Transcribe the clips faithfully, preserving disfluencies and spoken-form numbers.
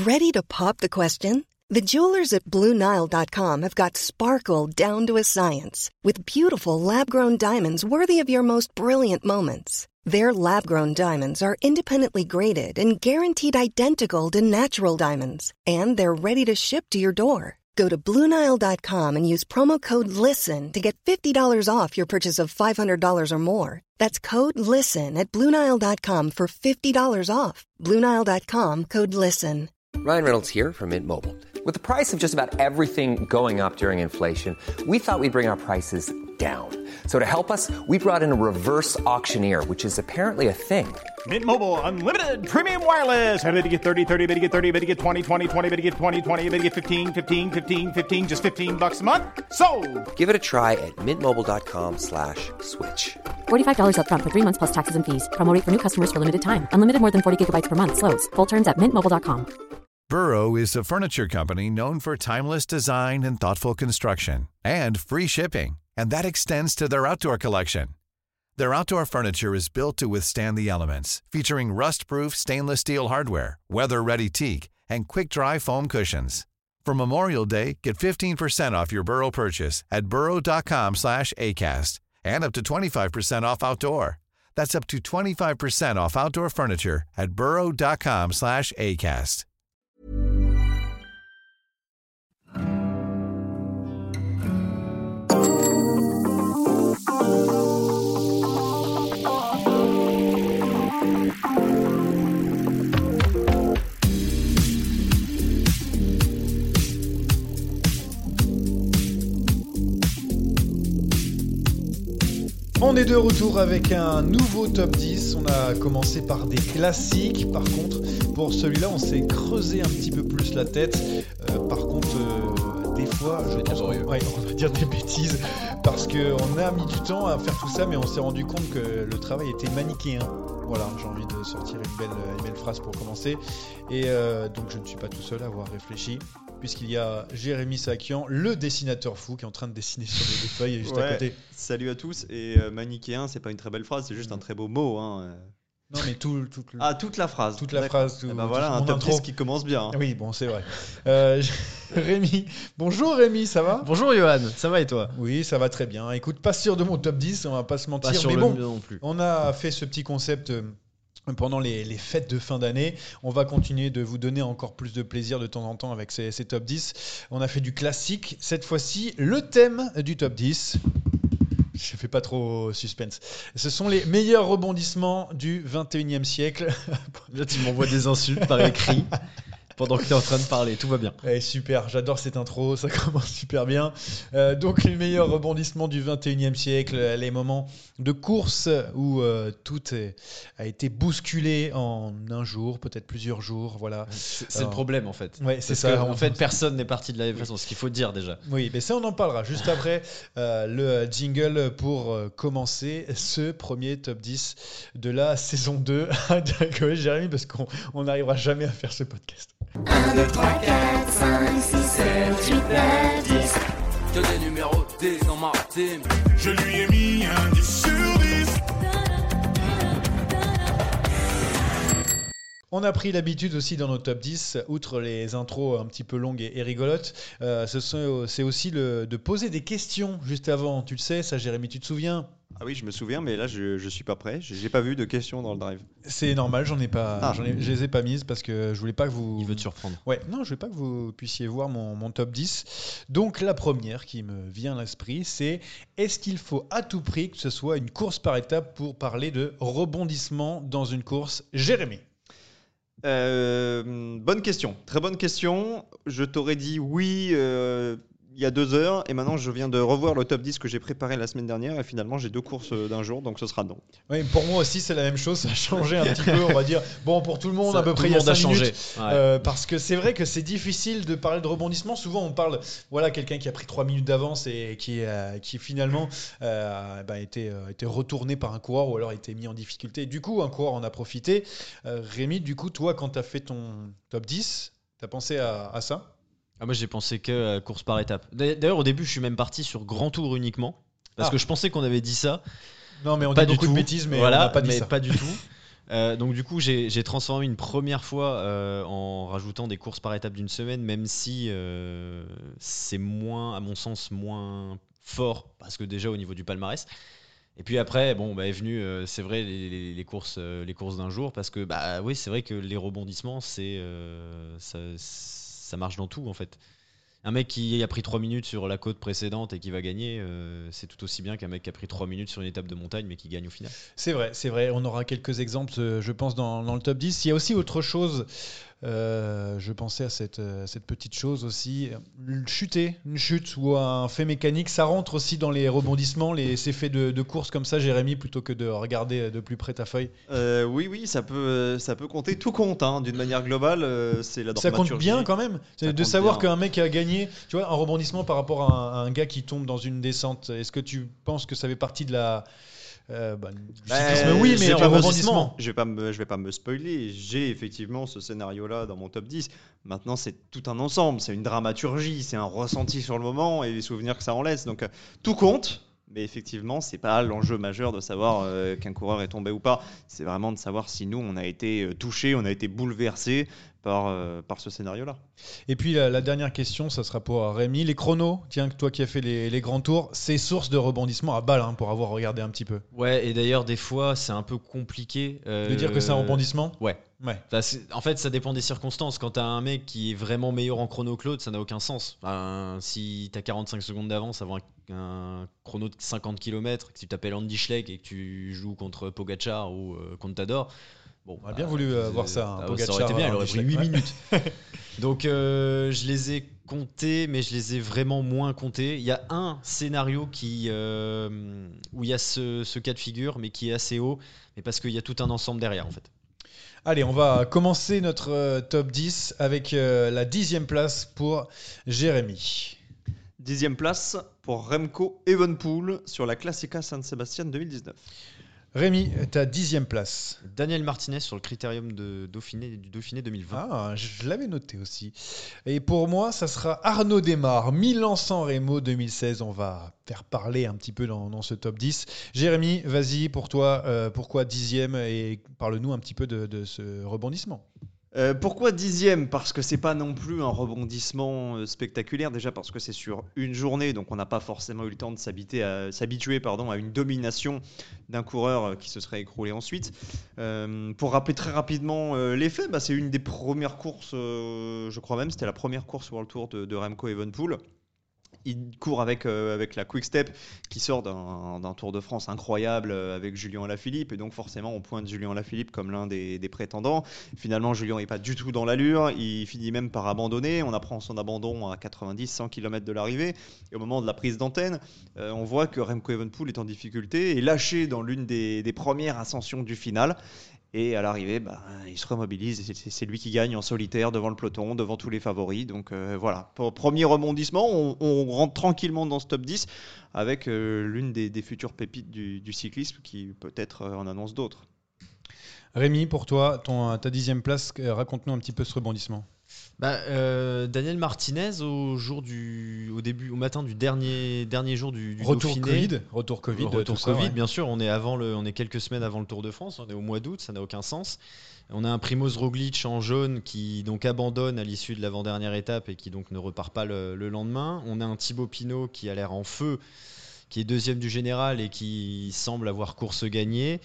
Ready to pop the question? The jewelers at Blue Nile dot com have got sparkle down to a science with beautiful lab-grown diamonds worthy of your most brilliant moments. Their lab-grown diamonds are independently graded and guaranteed identical to natural diamonds, and they're ready to ship to your door. Go to Blue Nile dot com and use promo code LISTEN to get fifty dollars off your purchase of five hundred dollars or more. That's code LISTEN at Blue Nile dot com for fifty dollars off. Blue Nile dot com, code LISTEN. Ryan Reynolds here from Mint Mobile. With the price of just about everything going up during inflation, we thought we'd bring our prices down. So to help us, we brought in a reverse auctioneer, which is apparently a thing. Mint Mobile Unlimited Premium Wireless. How to get thirty, thirty, how to get thirty, how to get twenty, twenty, twenty, how to get twenty, twenty, how to get fifteen, fifteen, fifteen, fifteen, just fifteen bucks a month? Sold! Give it a try at mintmobile.com slash switch. forty-five dollars up front for three months plus taxes and fees. Promo rate for new customers for limited time. Unlimited more than forty gigabytes per month. Slows full terms at mint mobile dot com. Burrow is a furniture company known for timeless design and thoughtful construction and free shipping, and that extends to their outdoor collection. Their outdoor furniture is built to withstand the elements, featuring rust-proof stainless steel hardware, weather-ready teak, and quick-dry foam cushions. For Memorial Day, get fifteen percent off your Burrow purchase at burrow.com slash ACAST and up to twenty-five percent off outdoor. That's up to twenty-five percent off outdoor furniture at burrow.com slash ACAST. On est de retour avec un nouveau top dix. On a commencé par des classiques. Par contre, pour celui-là, on s'est creusé un petit peu plus la tête. Euh, par contre, euh, des fois, je pense qu'on ouais, on va dire des bêtises parce qu'on a mis du temps à faire tout ça, mais on s'est rendu compte que le travail était manichéen. Voilà, j'ai envie de sortir une belle, une belle phrase pour commencer. Et euh, donc, je ne suis pas tout seul à avoir réfléchi, puisqu'il y a Jérémy Sakian, le dessinateur fou, qui est en train de dessiner sur des, des feuilles juste ouais, à côté. Salut à tous. Et euh, manichéen, c'est pas une très belle phrase, c'est juste un très beau mot. Hein. Non, mais tout, tout, tout, ah, toute la phrase. Toute la D'accord. phrase. Tout, eh ben voilà, un top dix qui commence bien. Hein. Oui, bon, c'est vrai. euh, Rémi. Bonjour Rémi, ça va ? Bonjour Johan, ça va et toi ? Oui, ça va très bien. Écoute, pas sûr de mon top dix, on va pas se mentir. Pas sur mais le bon, mieux non plus. On a fait ce petit concept euh, pendant les, les fêtes de fin d'année. On va continuer de vous donner encore plus de plaisir de temps en temps avec ces, ces top dix. On a fait du classique. Cette fois-ci, le thème du top dix... Je fais pas trop suspense. Ce sont les meilleurs rebondissements du vingt et unième siècle. Là, tu m'envoies des insultes par écrit pendant que tu es en train de parler. Tout va bien. Ouais, super, j'adore cette intro. Ça commence super bien. Euh, donc, les meilleurs rebondissements du vingt et unième siècle, les moments de course où euh, tout est, a été bousculé en un jour, peut-être plusieurs jours. Voilà. C'est, c'est Alors, le problème en fait. Ouais, c'est Parce ça. Que, en fait, personne n'est parti de la même façon. Ce qu'il faut dire déjà. Oui, mais ça, on en parlera juste après euh, le jingle pour euh, commencer ce premier top dix de la saison deux. D'accord, Jérémy, parce qu'on n'arrivera jamais à faire ce podcast. un, deux, trois, quatre, cinq, six, sept, huit, neuf, dix. Que des numéros dix dans ma team. Je lui ai mis un dix sur dix. On a pris l'habitude aussi dans nos top dix, outre les intros un petit peu longues et, et rigolotes, euh, ce sont, c'est aussi le, de poser des questions juste avant. Tu le sais, ça Jérémy, tu te souviens ? Ah oui, je me souviens, mais là, je ne suis pas prêt. Je n'ai pas vu de questions dans le drive. C'est normal, j'en ai pas, ah. j'en ai, je les ai pas mises parce que je voulais pas que vous... Il veut te surprendre. Ouais, non, je voulais pas que vous puissiez voir mon, mon top dix. Donc la première qui me vient à l'esprit, c'est est-ce qu'il faut à tout prix que ce soit une course par étapes pour parler de rebondissement dans une course ? Jérémy ? Euh, bonne question, très bonne question. Je t'aurais dit oui euh, il y a deux heures et maintenant je viens de revoir le top dix que j'ai préparé la semaine dernière et finalement j'ai deux courses d'un jour, donc ce sera non. Oui, pour moi aussi c'est la même chose, ça a changé un petit peu, on va dire. Bon, pour tout le monde ça, à peu près il y a cinq minutes. Ouais. Euh, parce que c'est vrai que c'est difficile de parler de rebondissement. Souvent on parle, voilà, quelqu'un qui a pris trois minutes d'avance et qui, euh, qui finalement euh, bah, a été, euh, été retourné par un coureur ou alors a été mis en difficulté. Du coup, un coureur en a profité. Euh, Rémi, du coup, toi, quand tu as fait ton top dix, tu as pensé à, à ça ? Ah, moi j'ai pensé que à course par étapes. D'ailleurs au début je suis même parti sur grand tour uniquement parce ah. que je pensais qu'on avait dit ça. Non mais on pas dit beaucoup tout. de bêtises mais voilà, on n'a pas dit mais ça. Pas du tout. Euh, donc du coup, j'ai, j'ai transformé une première fois euh, en rajoutant des courses par étape d'une semaine, même si euh, c'est moins, à mon sens, moins fort, parce que déjà au niveau du palmarès. Et puis après, bon, bah, est venu, euh, c'est vrai, les, les, les courses, euh, les courses d'un jour, parce que bah oui, c'est vrai que les rebondissements, c'est euh, ça, ça marche dans tout en fait. Un mec qui a pris trois minutes sur la côte précédente et qui va gagner, euh, c'est tout aussi bien qu'un mec qui a pris trois minutes sur une étape de montagne mais qui gagne au final. C'est vrai, c'est vrai. On aura quelques exemples, euh, je pense, dans, dans le top dix. Il y a aussi autre chose. Euh, je pensais à cette, euh, cette petite chose aussi. Chuter, une chute ou un fait mécanique, ça rentre aussi dans les rebondissements, les, ces faits de, de course comme ça, Jérémy, plutôt que de regarder de plus près ta feuille. Euh, oui, oui, ça peut, ça peut compter. Tout compte, hein, d'une manière globale. Euh, c'est la dramaturgie. Ça compte bien quand même. C'est Ça de compte savoir bien. qu'un mec a gagné, tu vois, un rebondissement par rapport à un, à un gars qui tombe dans une descente. Est-ce que tu penses que ça fait partie de la Euh, bah, du cyclisme, Euh, oui, mais j'ai en pas me- rebondissement. Je vais pas me, je vais pas me spoiler. J'ai effectivement ce scénario-là dans mon top dix. Maintenant, c'est tout un ensemble. C'est une dramaturgie, c'est un ressenti sur le moment et les souvenirs que ça en laisse. Donc, euh, tout compte. Mais effectivement, c'est pas l'enjeu majeur de savoir euh, qu'un coureur est tombé ou pas. C'est vraiment de savoir si nous, on a été euh, touchés, on a été bouleversés par, euh, par ce scénario-là. Et puis la, la dernière question, ça sera pour Rémi. Les chronos, tiens, toi qui as fait les, les grands tours, c'est source de rebondissement à balle, hein, pour avoir regardé un petit peu. Ouais, et d'ailleurs, des fois, c'est un peu compliqué. Euh, De dire que c'est un rebondissement ? Ouais. Ouais. Enfin, c'est- en fait, ça dépend des circonstances. Quand t'as un mec qui est vraiment meilleur en chrono que l'autre, ça n'a aucun sens. Enfin, si t'as quarante-cinq secondes d'avance avant un, un chrono de cinquante kilomètres, que tu t'appelles Andy Schleck et que tu joues contre Pogacar ou euh, Contador, bon, On a bien voulu euh, voir ça, hein, bah, Pogacar. ça aurait été bien, il aurait Andy pris Schleck. huit Ouais. minutes. Donc, euh, je les ai comptés, mais je les ai vraiment moins comptés. Il y a un scénario qui, euh, où il y a ce, ce cas de figure, mais qui est assez haut, mais parce qu'il y a tout un ensemble derrière, en fait. Allez, on va commencer notre euh, top dix avec euh, la dixième place pour Jérémy. Dixième place pour Remco Evenepoel sur la Classica San Sebastian deux mille dix-neuf. Rémi, ta dixième place. Daniel Martinez sur le Critérium de Dauphiné, du Dauphiné deux mille vingt. Ah, je l'avais noté aussi. Et pour moi, ça sera Arnaud Démare, Milan-San Remo deux mille seize. On va faire parler un petit peu dans, dans ce top dix. Jérémy, vas-y, pour toi, euh, pourquoi dixième et parle-nous un petit peu de, de ce rebondissement. Euh, pourquoi dixième ? Parce que c'est pas non plus un rebondissement euh, spectaculaire, déjà parce que c'est sur une journée, donc on n'a pas forcément eu le temps de s'habiter à, s'habituer pardon, à une domination d'un coureur euh, qui se serait écroulé ensuite. Euh, pour rappeler très rapidement euh, les faits, bah, c'est une des premières courses, euh, je crois même, c'était la première course World Tour de, de Remco Evenepoel. Il court avec, euh, avec la Quick Step qui sort d'un, d'un Tour de France incroyable euh, avec Julien Alaphilippe. Et donc forcément on pointe Julien Alaphilippe comme l'un des, des prétendants. Finalement Julien n'est pas du tout dans l'allure. Il finit même par abandonner. On apprend son abandon à quatre-vingt-dix à cent kilomètres de l'arrivée. Et au moment de la prise d'antenne, euh, on voit que Remco Evenepoel est en difficulté et lâché dans l'une des, des premières ascensions du final. Et à l'arrivée, bah, il se remobilise et c'est, c'est lui qui gagne en solitaire devant le peloton, devant tous les favoris. Donc euh, voilà, pour premier rebondissement, on, on rentre tranquillement dans ce top dix avec euh, l'une des, des futures pépites du, du cyclisme qui peut-être euh, en annonce d'autres. Rémi, pour toi, ton, ta dixième place, euh, raconte-nous un petit peu ce rebondissement. Bah, euh, Daniel Martinez au jour du, au début, au matin du dernier dernier jour du, du Retour Dauphiné. Covid, retour Covid, Retour tout ça, Covid, ouais. bien sûr. On est avant le, on est quelques semaines avant le Tour de France. On est au mois d'août, ça n'a aucun sens. On a un Primoz Roglic en jaune qui donc abandonne à l'issue de l'avant-dernière étape et qui donc ne repart pas le, le lendemain. On a un Thibaut Pinot qui a l'air en feu, qui est deuxième du général et qui semble avoir course gagnée.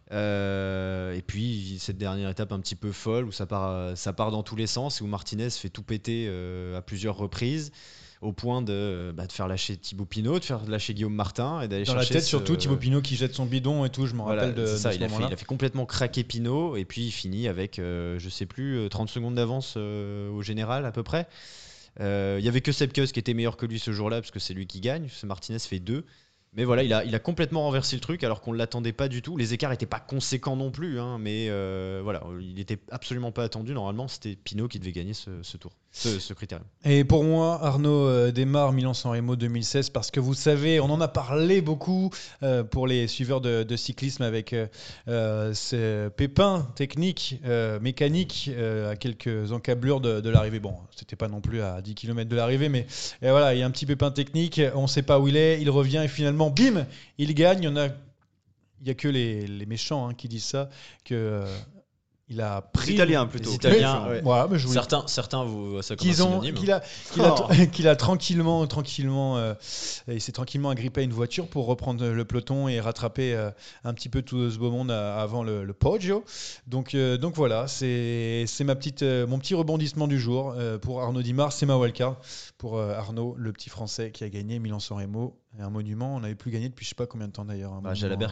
Euh, et puis cette dernière étape un petit peu folle où ça part, ça part dans tous les sens et où Martinez fait tout péter euh, à plusieurs reprises au point de, bah, de faire lâcher Thibaut Pinot, de faire lâcher Guillaume Martin et d'aller Dans chercher la tête ce- surtout, Thibaut Pinot qui jette son bidon et tout, je me Voilà, rappelle de, c'est ça, de ce il, a fait, moment-là. il a fait complètement craquer Pinot et puis il finit avec euh, je sais plus trente secondes d'avance euh, au général à peu près. Euh, il y avait que Sepp Kuss qui était meilleur que lui ce jour-là parce que c'est lui qui gagne, ce Martinez fait deux. Mais voilà, il a, il a complètement renversé le truc alors qu'on ne l'attendait pas du tout. Les écarts n'étaient pas conséquents non plus, hein, mais euh, voilà, il n'était absolument pas attendu. Normalement, c'était Pinot qui devait gagner ce, ce tour, ce, ce critérium. Et pour moi, Arnaud euh, démarre Milan-San Remo deux mille seize parce que vous savez, on en a parlé beaucoup euh, pour les suiveurs de, de cyclisme avec euh, euh, ces pépins techniques, euh, mécaniques, euh, à quelques encablures de, de l'arrivée. Bon, c'était pas non plus à dix kilomètres de l'arrivée, mais et voilà, il y a un petit pépin technique, on ne sait pas où il est, il revient et finalement, bim, il gagne. Il y en a il y a que les, les méchants hein, qui disent ça que euh, il a pris les Italiens plutôt. Les Italiens, ouais. ouais. Ouais, mais je voulais... certains, certains vous ça comme qu'ils un ont, synonyme. qu'il a, qu'il a, Oh. qu'il a tranquillement, tranquillement, euh, il s'est tranquillement agrippé à une voiture pour reprendre le peloton et rattraper euh, un petit peu tout ce beau monde euh, avant le, le Poggio. Donc, euh, donc voilà, c'est, c'est ma petite, euh, mon petit rebondissement du jour euh, pour Arnaud Dimar, c'est ma wildcard pour euh, Arnaud, le petit Français qui a gagné Milan-San Remo, un monument. On n'avait plus gagné depuis je sais pas combien de temps d'ailleurs. Un Bah, monument, Jalabert hein.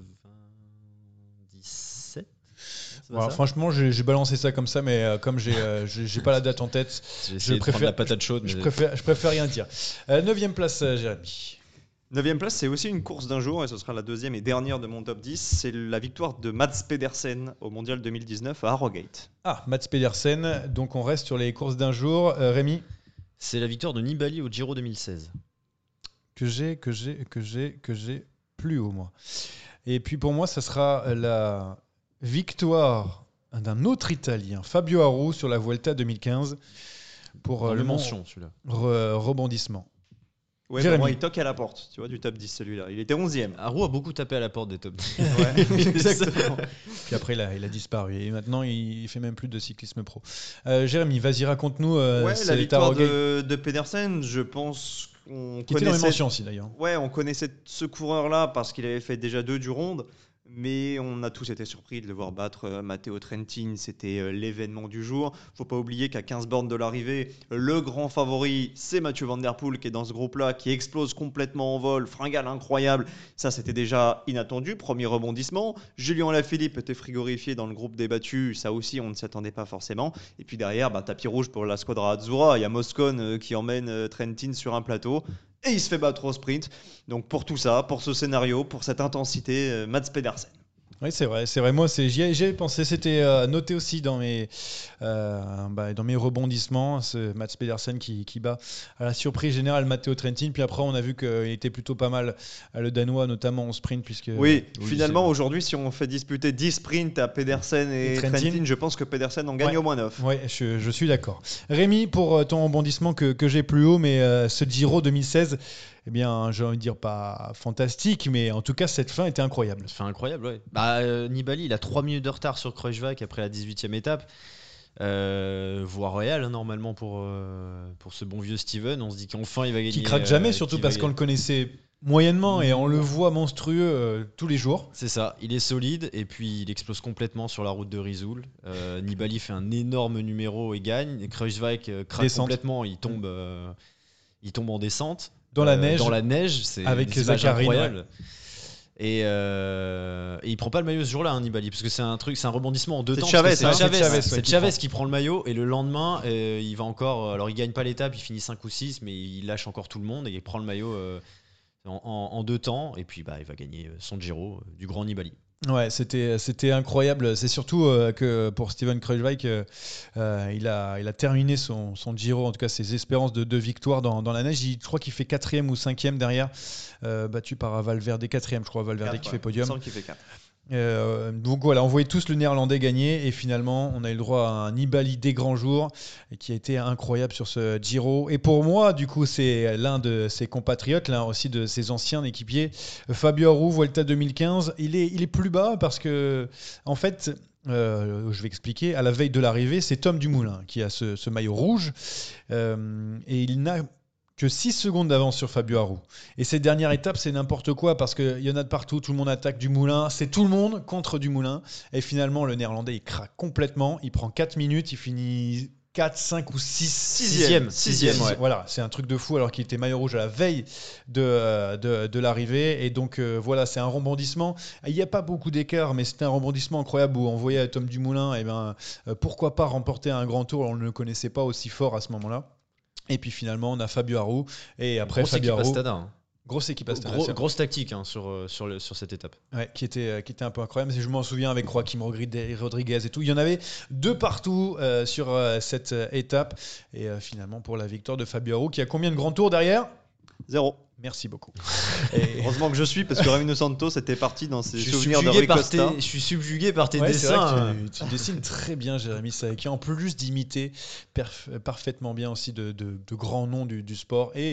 quatre-vingt-dix-sept. C'est pas Voilà, ça franchement, j'ai, j'ai balancé ça comme ça, mais euh, comme j'ai, euh, j'ai, j'ai pas la date en tête, J'ai je essayé de prendre préfère la patate chaude. je mais- préfère, je préfère rien dire. Euh, neuvième place, euh, Jérémy. Neuvième place, c'est aussi une course d'un jour et ce sera la deuxième et dernière de mon top dix. C'est la victoire de Mads Pedersen au Mondial deux mille dix-neuf à Harrogate. Ah, Mats Pedersen, donc on reste sur les courses d'un jour. Euh, Rémi, C'est la victoire de Nibali au Giro deux mille seize. que j'ai, que j'ai, que j'ai, que j'ai plus haut, moi. Et puis pour moi, ça sera la victoire d'un autre Italien, Fabio Aru, sur la Vuelta deux mille quinze, pour euh, Dans le le mon- mention, celui-là. re- rebondissement. Ouais, Jérémy. bah, moi, il toque à la porte, tu vois, du top dix celui-là. Il était onzième. Arou a beaucoup tapé à la porte des top dix. Ouais, Exactement. Puis après, il a, il a disparu. Et maintenant, il, il fait même plus de cyclisme pro. Euh, Jérémy, vas-y, raconte-nous. Euh, Ouais, la cette victoire Harrogate, de, de Pedersen, je pense qu'on qui était dans les connaissait. mentions aussi, d'ailleurs. Ouais, on connaissait ce coureur-là parce qu'il avait fait déjà deux du ronde, mais on a tous été surpris de le voir battre euh, Matteo Trentin. C'était euh, l'événement du jour. Faut pas oublier qu'à quinze bornes de l'arrivée, le grand favori, c'est Mathieu Van Der Poel qui est dans ce groupe-là, qui explose complètement en vol, fringale incroyable. Ça, c'était déjà inattendu. Premier rebondissement. Julien Alaphilippe était frigorifié dans le groupe des battus. Ça aussi, on ne s'y attendait pas forcément. Et puis derrière, bah, tapis rouge pour la Squadra Azzurra. Il y a Moscone euh, qui emmène euh, Trentin sur un plateau. Et il se fait battre au sprint. Donc pour tout ça, pour ce scénario, pour cette intensité, euh, Mads Pedersen. Oui, c'est vrai, c'est vrai. Moi, c'est, j'y ai, j'y ai pensé. C'était euh, noté aussi dans mes, euh, bah, dans mes rebondissements. Ce Mats Pedersen qui, qui bat à la surprise générale Matteo Trentin. Puis après, on a vu qu'il était plutôt pas mal euh, le Danois, notamment au sprint. Puisque, Oui, oui, finalement, c'est- aujourd'hui, si on fait disputer dix sprints à Pedersen et, Et Trentin. Trentin, je pense que Pedersen en gagne Ouais. au moins neuf. Oui, je, je suis d'accord. Rémi, pour euh, ton rebondissement que, que j'ai plus haut, mais euh, ce Giro deux mille seize, eh bien, j'ai envie de dire pas fantastique, mais en tout cas, cette fin était incroyable. C'est incroyable, ouais. Bah, euh, Nibali, il a trois minutes de retard sur Kruijswijk après la dix-huitième étape. Euh, voie royale, hein, normalement, pour, euh, pour ce bon vieux Steven. On se dit qu'enfin, il va gagner. Qui craque jamais, euh, surtout qu'il parce va qu'on le gagner. connaissait moyennement et on le voit monstrueux euh, tous les jours. C'est ça, il est solide et puis il explose complètement sur la route de Risoul. Euh, Nibali fait un énorme numéro et gagne. Et Kruijswijk euh, craque Descente. complètement, il tombe, euh, il tombe en descente. Dans la Euh, neige. Dans la neige, c'est Avec des images Zacharine, incroyables. Et, euh, et il prend pas le maillot ce jour-là, hein, Nibali, parce que c'est un truc, c'est un rebondissement en deux C'est temps. Chavez, parce que hein, c'est c'est Chavez, Chavez, c'est ouais, qui Chavez prend. qui prend le maillot et le lendemain, euh, il va encore. Alors il gagne pas l'étape, il finit cinq ou six, mais il lâche encore tout le monde et il prend le maillot euh, en, en- en deux temps. Et puis bah, il va gagner son Giro euh, du grand Nibali. Ouais, c'était, c'était incroyable. C'est surtout euh, que pour Steven Kruijswijk, euh, euh, il, a, il a terminé son, son Giro, en tout cas ses espérances de, de victoire dans, dans la neige. Il- je crois qu'il fait quatrième ou cinquième derrière, euh, battu par Valverde, quatrième, je crois, Valverde Quatre, qui ouais. fait podium. Il me semble qu'il fait quatre. Euh, donc voilà, on voyait tous le Néerlandais gagner et finalement on a eu le droit à un Nibali des grands jours qui a été incroyable sur ce Giro. Et pour moi, du coup, c'est l'un de ses compatriotes, l'un aussi de ses anciens équipiers, Fabio Aru, Vuelta deux mille quinze. Il est, il est plus bas parce que, en fait, euh, je vais expliquer, à la veille de l'arrivée, c'est Tom Dumoulin qui a ce, ce maillot rouge euh, et il n'a que six secondes d'avance sur Fabio Aru. Et cette dernière étape, c'est n'importe quoi parce qu'il y en a de partout, tout le monde attaque Dumoulin, c'est tout le monde contre Dumoulin. Et finalement, le Néerlandais, il craque complètement, il prend quatre minutes, il finit quatre, cinq ou six Sixième, sixième, ouais. Voilà, c'est un truc de fou alors qu'il était maillot rouge à la veille de, euh, de, de l'arrivée. Et donc euh, voilà, c'est un rebondissement. Il n'y a pas beaucoup d'écart, mais c'était un rebondissement incroyable où on voyait Tom Dumoulin, et ben, euh, pourquoi pas remporter un grand tour, on ne le connaissait pas aussi fort à ce moment-là. Et puis finalement, on a Fabio Aru. Et après, Grosse Fabio équipe Aru. Astada, hein. Grosse équipe Astana. Gros- c'est- grosse tactique hein, sur, euh, sur, le, sur cette étape. Ouais, qui était, euh, qui était un peu incroyable. Je m'en souviens avec Joaquim Rodriguez Rodriguez et tout. Il y en avait deux partout euh, sur euh, cette euh, étape. Et euh, finalement, pour la victoire de Fabio Aru, qui a combien de grands tours derrière ? Zéro. Merci beaucoup. Et... Heureusement que je suis, parce que Ramiro Santos était parti dans ses Je suis, souvenirs de subjugué Rui par Costa. tes, je suis subjugué par tes Ouais, c'est dessins. vrai hein. que tu, tu dessines très bien, Jérémy Savaki, en plus d'imiter perf- parfaitement bien aussi de, de, de grands noms du, du sport et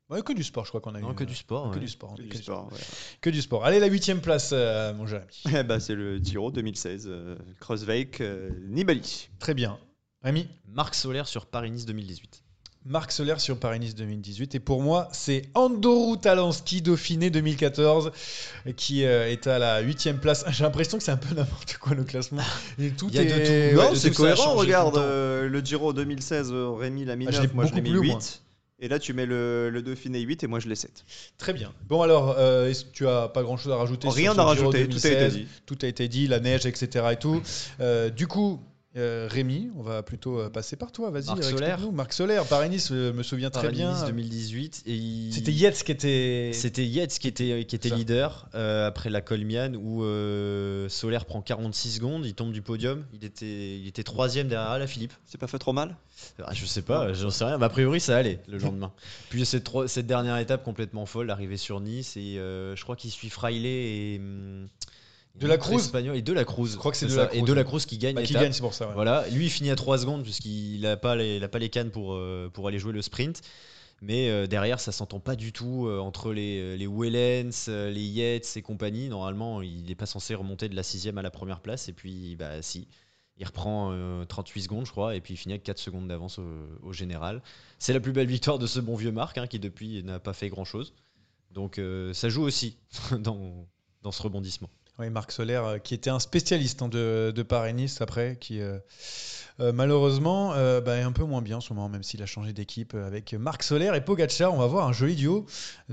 Ouais, que du sport, je crois qu'on a eu. Non, que du sport. Que ouais. du sport. Que Que du du sport, ouais. Que du sport. Allez, la huitième place, euh, mon Jérémy. Eh ben, c'est le Giro deux mille seize, euh, Kreuzweig, euh, Nibali. Très bien. Rémi. Marc Soler sur Paris-Nice deux mille dix-huit. Marc Soler sur Paris-Nice deux mille dix-huit. Et pour moi, c'est Andoru Talansky, Dauphiné deux mille quatorze, qui euh, est à la huitième place. J'ai l'impression que c'est un peu n'importe quoi le classement. Et tout Il y a de est... tout. Non, Ouais, c'est tout ça a cohérent, changé regarde, tout le temps. euh, le Giro deux mille seize, euh, Rémi l'a mis Ah, je neuf, l'ai moi je l'ai beaucoup mis plus haut, moi. huit. Et là, tu mets le, le Dauphiné huit et moi je l'ai sept. Très bien. Bon alors, euh, est-ce que tu as pas grand-chose à rajouter sur Rien ce à Giro rajouter, deux mille tout a été seize? dit. Tout a été dit, la neige, et cetera et tout. Euh, du coup, euh, Rémi, on va plutôt euh, passer par toi. Vas-y, Marc explique-nous. Soler. Marc Soler, Paris-Nice, euh, me souviens très bien. Paris-Nice deux mille dix-huit. Et il- C'était Yates qui était. C'était Yates qui était, qui était Ça. leader euh, après la Colmiane où euh, Soler prend quarante-six secondes, il tombe du podium. Il était, il était troisième derrière Alaphilippe. C'est pas fait trop mal? Ah, je sais pas, j'en sais rien. Mais a priori, ça allait le lendemain. Puis cette, tro- cette dernière étape complètement folle, l'arrivée sur Nice. Et euh, je crois qu'il suit Fraile et. hum, De la Cruz. Espagnol et De la Cruz. Je crois que c'est De ça. la Cruz, Et De la ouais. Cruz qui gagne Bah, qui l'étape. gagne, c'est pour ça. Ouais. Voilà, lui il finit à trois secondes puisqu'il n'a pas, les- il a pas les cannes pour, euh, pour aller jouer le sprint. Mais euh, derrière, ça s'entend pas du tout euh, entre les, les Wellens, euh, les Yates et compagnie. Normalement, il n'est pas censé remonter de la sixième à la première place. Et puis, bah si, il reprend euh, trente-huit secondes, je crois, et puis il finit avec quatre secondes d'avance au, au général. C'est la plus belle victoire de ce bon vieux Marc, hein, qui depuis n'a pas fait grand-chose. Donc euh, ça joue aussi dans, dans ce rebondissement. Oui, Marc Soler, euh, qui était un spécialiste hein, de, de Paris-Nice après, qui euh, euh, malheureusement euh, bah, est un peu moins bien en ce moment, même s'il a changé d'équipe euh, avec Marc Soler et Pogacar. On va voir un joli duo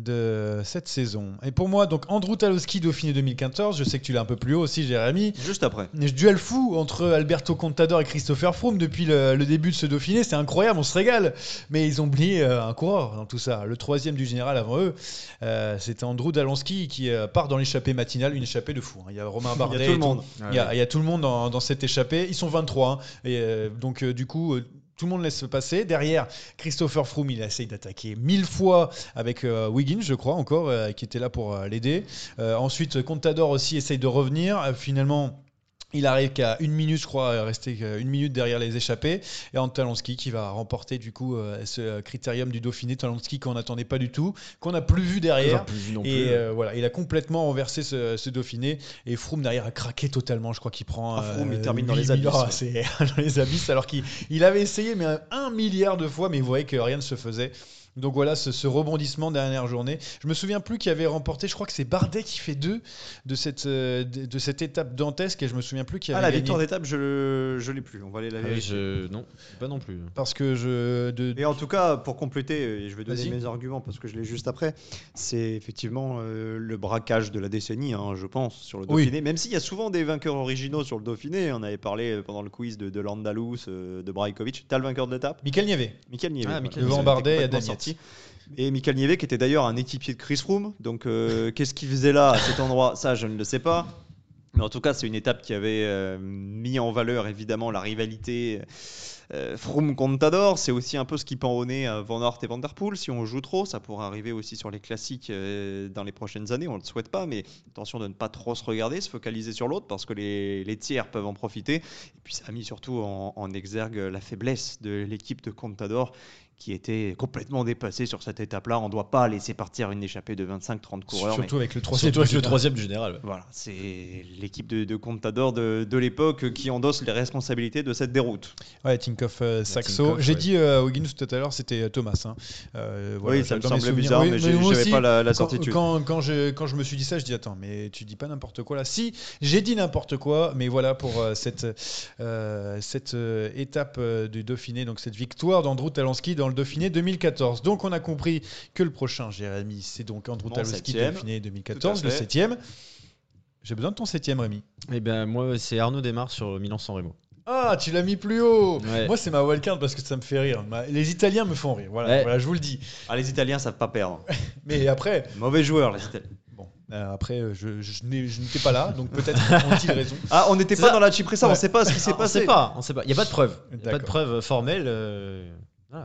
de cette saison. Et pour moi, donc Andrew Talowski, Dauphiné deux mille quatorze. Je sais que tu l'as un peu plus haut aussi, Jérémy. Juste après. Duel fou entre Alberto Contador et Christopher Froome depuis le, le début de ce Dauphiné. C'est incroyable, on se régale. Mais ils ont oublié euh, un coureur dans tout ça. Le troisième du général avant eux, euh, c'était Andrew Talowski qui euh, part dans l'échappée matinale, une échappée de fou. Hein. Il y a Romain Bardet. Il y a tout le et monde. Il y, a, il y a tout le monde dans, dans cette échappée. Ils sont vingt-trois. Hein. Et euh, donc, euh, du coup, euh, tout le monde laisse passer. Derrière, Christopher Froome, il essaye d'attaquer mille fois avec euh, Wiggins, je crois, encore, euh, qui était là pour euh, l'aider. Euh, ensuite, Contador aussi essaye de revenir. Euh, finalement, il arrive qu'à une minute, je crois, à rester une minute derrière les échappés. Et en Talonsky qui va remporter du coup euh, ce critérium du Dauphiné. Talonsky qu'on n'attendait pas du tout, qu'on n'a plus vu derrière. Plus vu non plus. Et euh, voilà, il a complètement renversé ce, ce Dauphiné. Et Froome derrière a craqué totalement. Je crois qu'il prend. Ah, Froome, euh, il termine dans huit les abysses, milliards, ouais. c'est dans les abysses, alors qu'il il avait essayé, mais un, un milliard de fois, mais il voyait que rien ne se faisait. Donc voilà ce, ce rebondissement dernière journée. Je me souviens plus qui avait remporté. Je crois que c'est Bardet qui fait deux de cette euh, de, de cette étape dantesque et je me souviens plus qui avait Ah, la gagné. victoire d'étape, je je l'ai plus. On va aller la Ah oui, vérifier. je... Non, pas non plus. Parce que je de, Et en tout cas, pour compléter, et je vais donner Vas-y. mes arguments parce que je l'ai juste après, c'est effectivement euh, le braquage de la décennie, hein, je pense, sur le Oui. Dauphiné. Même s'il y a souvent des vainqueurs originaux sur le Dauphiné, on avait parlé pendant le quiz de, de Landalus, euh, de Brajkovic. T'as le vainqueur de l'étape, Michael Nieve. Michael Nieve. Ah, voilà. Michael Devant Nieve. Bardet et Complètement Adam sorti. Et Michael Nieve qui était d'ailleurs un équipier de Chris Froome. Donc euh, qu'est-ce qu'il faisait là à cet endroit? Ça, je ne le sais pas. Mais en tout cas, c'est une étape qui avait euh, mis en valeur évidemment la rivalité euh, Froome-Contador. C'est aussi un peu ce qui pend au nez à Van Aert et Van der Poel. Si on joue trop, ça pourrait arriver aussi sur les classiques euh, dans les prochaines années. On ne le souhaite pas, mais attention de ne pas trop se regarder, se focaliser sur l'autre parce que les, les tiers peuvent en profiter. Et puis ça a mis surtout en, en exergue la faiblesse de l'équipe de Contador, qui était complètement dépassé sur cette étape-là. On ne doit pas laisser partir une échappée de vingt-cinq trente coureurs. Surtout mais avec le troisième. Surtout avec le troisième du général. voilà, c'est l'équipe de, de Contador de, de l'époque qui endosse les responsabilités de cette déroute. Ouais, Tinkoff, euh, Saxo. Tinkoff, J'ai ouais. dit euh, Wiggins tout à l'heure, c'était euh, Thomas. Hein. Euh, voilà, oui, ça me dans mes semblait souvenirs. bizarre, Oui, mais j'ai- moi j'avais aussi, pas la, la quand, certitude. quand, quand, je, quand je me suis dit ça, je dis attends, mais tu dis pas n'importe quoi là. Si, j'ai dit n'importe quoi, mais voilà pour euh, cette, euh, cette euh, étape euh, du Dauphiné, donc cette victoire d'Andrew Talonsky dans le Dauphiné deux mille quatorze. Donc on a compris que le prochain, Jérémy, c'est donc Andrew Mon Talonsky septième. Dauphiné deux mille quatorze, Tout à le fait. septième. J'ai besoin de ton septième, Rémi. Eh ben moi, c'est Arnaud Desmar sur Milan-San Remo. Ah, tu l'as mis plus haut. Ouais. Moi, c'est ma wildcard parce que ça me fait rire. Ma- Les Italiens me font rire. Voilà, Ouais. voilà, je vous le dis. Ah, les Italiens savent pas perdre. Mais après, Mauvais joueurs, les Italiens. bon, euh, après, euh, je, je n'ai- je n'étais pas là, donc peut-être ont-ils raison. Ah, on n'était C'est pas ça. dans la Cipressa, Ouais. on sait pas ce qui s'est Ah, on passé. sait pas, on sait pas. Il y a pas de preuve. Il y a pas de D'accord. preuve formelle. euh, voilà.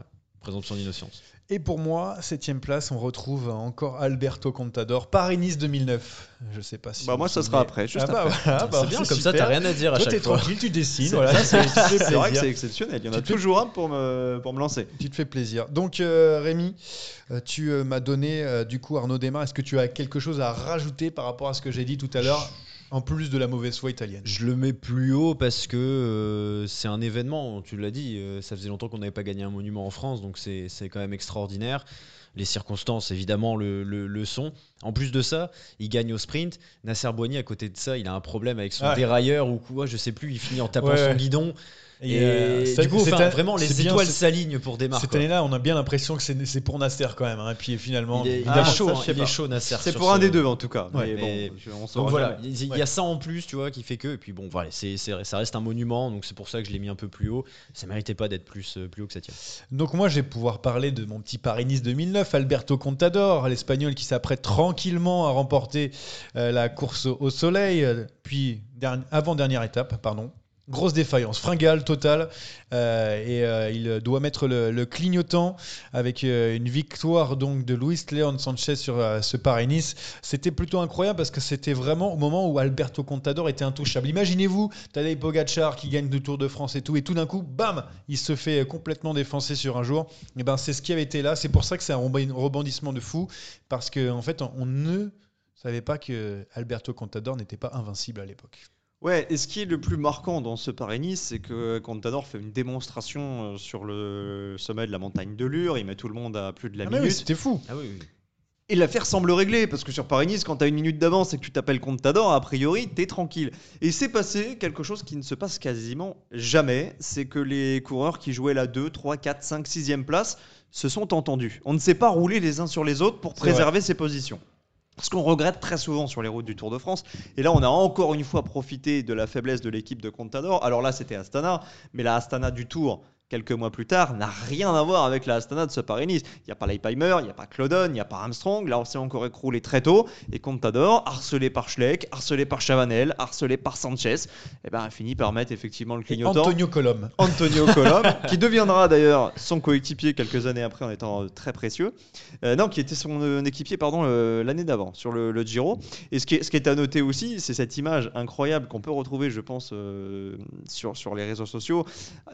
présomption d'innocence. Et pour moi, septième place, on retrouve encore Alberto Contador, Paris-Nice deux mille neuf. Je sais pas si. Bah moi, ça sera après. Juste ah bah, après. Voilà, bah, c'est bien, comme super. ça, t'as rien à dire à Toi, chaque t'es fois. tranquille, tu dessines. C'est, voilà, c'est, c'est, c'est vrai que c'est exceptionnel. Il y en a Tu te toujours un pour me, pour me lancer. Tu te fais plaisir. Donc, euh, Rémi, euh, tu euh, m'as donné, euh, du coup, Arnaud Démare. Est-ce que tu as quelque chose à rajouter par rapport à ce que j'ai dit tout à l'heure, en plus de la mauvaise foi italienne? Je le mets plus haut parce que euh, c'est un événement, tu l'as dit, euh, ça faisait longtemps qu'on n'avait pas gagné un monument en France, donc c'est, c'est quand même extraordinaire. Les circonstances, évidemment, le, le, le sont. En plus de ça, il gagne au sprint. Nasser Bouhanni, à côté de ça, il a un problème avec son ouais. dérailleur ou quoi, je sais plus, il finit en tapant ouais, son ouais. guidon. Et, Et euh, du ça, coup, enfin, vraiment, les bien, étoiles c'est, s'alignent pour Démare. Cette quoi. année-là, on a bien l'impression que c'est, c'est pour Nasser quand même. Hein, et puis finalement, il est, il ah, est chaud, ça, hein, il est chaud, Nasser. C'est sur pour ce... un des deux en tout cas. Ouais, mais mais... bon, je, on donc voilà, jamais. il y, y a ça en plus, tu vois, qui fait que. Et puis bon, voilà, c'est, c'est, ça reste un monument, donc c'est pour ça que je l'ai mis un peu plus haut. Ça méritait pas d'être plus, plus haut que septième. Donc moi, je vais pouvoir parler de mon petit Paris-Nice deux mille neuf, Alberto Contador, l'Espagnol qui s'apprête tranquillement à remporter euh, la course au, au soleil, euh, puis dernière, avant-dernière étape, pardon. Grosse défaillance, fringale totale, euh, et euh, il doit mettre le, le clignotant avec euh, une victoire donc de Luis León Sanchez sur euh, ce Paris-Nice. C'était plutôt incroyable parce que c'était vraiment au moment où Alberto Contador était intouchable. Imaginez-vous, Tadej Pogačar qui gagne le Tour de France et tout, et tout d'un coup, bam, il se fait complètement défoncer sur un jour. Et ben c'est ce qui avait été là. C'est pour ça que c'est un rebondissement de fou, parce qu'en en fait, on ne savait pas que Alberto Contador n'était pas invincible à l'époque. Ouais, et ce qui est le plus marquant dans ce Paris-Nice, c'est que Contador fait une démonstration sur le sommet de la montagne de Lure. Il met tout le monde à plus de la ah minute. Oui, c'était fou. Ah oui, oui. Et l'affaire semble réglée, parce que sur Paris-Nice, quand tu as une minute d'avance et que tu t'appelles Contador, a priori, t'es tranquille. Et c'est passé quelque chose qui ne se passe quasiment jamais, c'est que les coureurs qui jouaient la deux, trois, quatre, cinq, sixième place se sont entendus. On ne s'est pas rouler les uns sur les autres pour c'est préserver vrai. ses positions. Ce qu'on regrette très souvent sur les routes du Tour de France. Et là, on a encore une fois profité de la faiblesse de l'équipe de Contador. Alors là, c'était Astana, mais la Astana du Tour, quelques mois plus tard, n'a rien à voir avec la Astana de ce Paris-Nice. Il n'y a pas Leipheimer, il n'y a pas Claudon, il n'y a pas Armstrong. Là, on s'est encore écroulé très tôt. Et Contador, harcelé par Schleck, harcelé par Chavanel, harcelé par Sanchez, eh ben, a fini par mettre effectivement le clignotant. Antonio Colom. Antonio Colom, qui deviendra d'ailleurs son coéquipier quelques années après en étant très précieux. Euh, non, qui était son euh, équipier pardon, euh, l'année d'avant sur le, le Giro. Et ce qui, est, ce qui est à noter aussi, c'est cette image incroyable qu'on peut retrouver, je pense, euh, sur, sur les réseaux sociaux,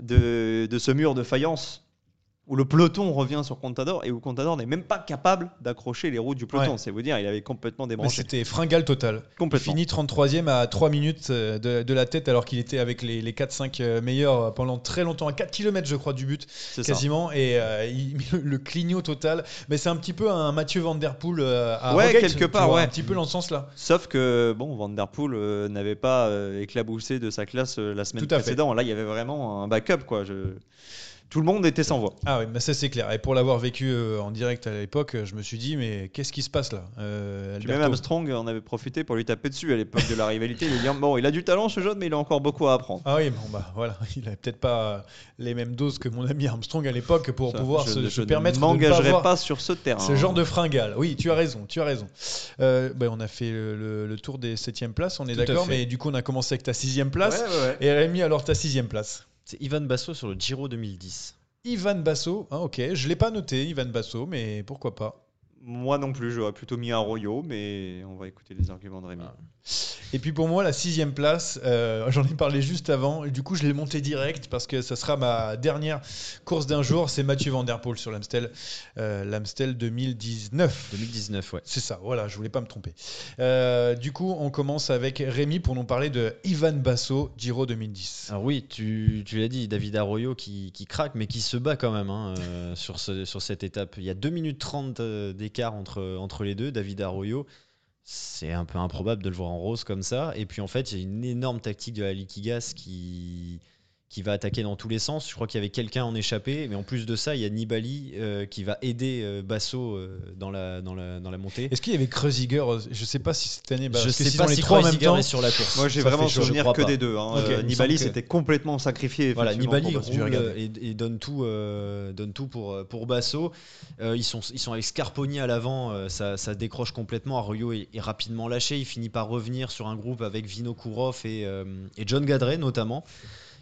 de, de ce mur de faïence où le peloton revient sur Contador et où Contador n'est même pas capable d'accrocher les roues du peloton. Ouais. C'est vous dire, il avait complètement Mais débranché. c'était fringale total. Complètement. Fini trente-troisième à trois minutes de, de la tête alors qu'il était avec les, les quatre cinq meilleurs pendant très longtemps, à quatre kilomètres je crois du but, C'est quasiment. Ça. Et euh, il, le clignot total. Mais c'est un petit peu un Mathieu Van Der Poel euh, à ouais, Roglic, quelque part, vois, ouais. Un petit peu dans ce sens-là. Sauf que bon, Van Der Poel euh, n'avait pas euh, éclaboussé de sa classe euh, la semaine précédente. Là, il y avait vraiment un backup, quoi. Je... Tout le monde était sans voix. Ah oui, mais ça c'est clair. Et pour l'avoir vécu euh, en direct à l'époque, je me suis dit, mais qu'est-ce qui se passe là euh, Même Armstrong en avait profité pour lui taper dessus à l'époque de la rivalité. Il, dit, bon, il a du talent ce jeune, mais il a encore beaucoup à apprendre. Ah oui, bon bah voilà, il n'avait peut-être pas les mêmes doses que mon ami Armstrong à l'époque pour ça, pouvoir je, se, je se ne permettre m'engagerai de ne pas, pas sur ce terrain. Ce genre de fringale. Oui, tu as raison, tu as raison. Euh, bah, on a fait le, le, le tour des septième places, on est Tout d'accord, mais du coup on a commencé avec ta sixième place. Ouais, ouais, ouais. Et Rémi, alors ta sixième place. C'est Ivan Basso sur le Giro deux mille dix. Ivan Basso, ah, ok, je l'ai pas noté, Ivan Basso, mais pourquoi pas. Moi non plus, j'aurais plutôt mis un Royo, mais on va écouter les arguments de Rémi. Ah. Et puis pour moi, la sixième place, euh, j'en ai parlé juste avant, et du coup je l'ai monté direct parce que ça sera ma dernière course d'un jour, c'est Mathieu Van Der Poel sur l'Amstel, euh, l'Amstel deux mille dix-neuf. deux mille dix-neuf, ouais. C'est ça, voilà, je voulais pas me tromper. Euh, du coup, on commence avec Rémi pour nous parler de Ivan Basso, Giro deux mille dix. Alors oui, tu, tu l'as dit, David Arroyo qui, qui craque, mais qui se bat quand même hein, euh, sur, ce, sur cette étape. Il y a deux minutes trente d'écart entre, entre les deux, David Arroyo. C'est un peu improbable de le voir en rose comme ça. Et puis en fait, il y a une énorme tactique de la Liquigas qui, qui va attaquer dans tous les sens. Je crois qu'il y avait quelqu'un en échappé. Mais en plus de ça, il y a Nibali euh, qui va aider euh, Basso euh, dans, la, dans, la, dans la montée. Est-ce qu'il y avait Kreuziger ? Je ne sais pas si cette année... Bah, je ne sais si pas les si trois Kreuziger en même temps, est sur la course. Moi, j'ai ça vraiment fait, souvenir que pas. des deux. Hein. Okay, euh, Nibali que... s'était complètement sacrifié. Voilà, Nibali roule et, et donne tout, euh, donne tout pour, pour Basso. Euh, ils, sont, ils sont avec Scarponi à l'avant. Euh, ça, ça décroche complètement. Arroyo est, est rapidement lâché. Il finit par revenir sur un groupe avec Vinokourov et, euh, et John Gadret notamment.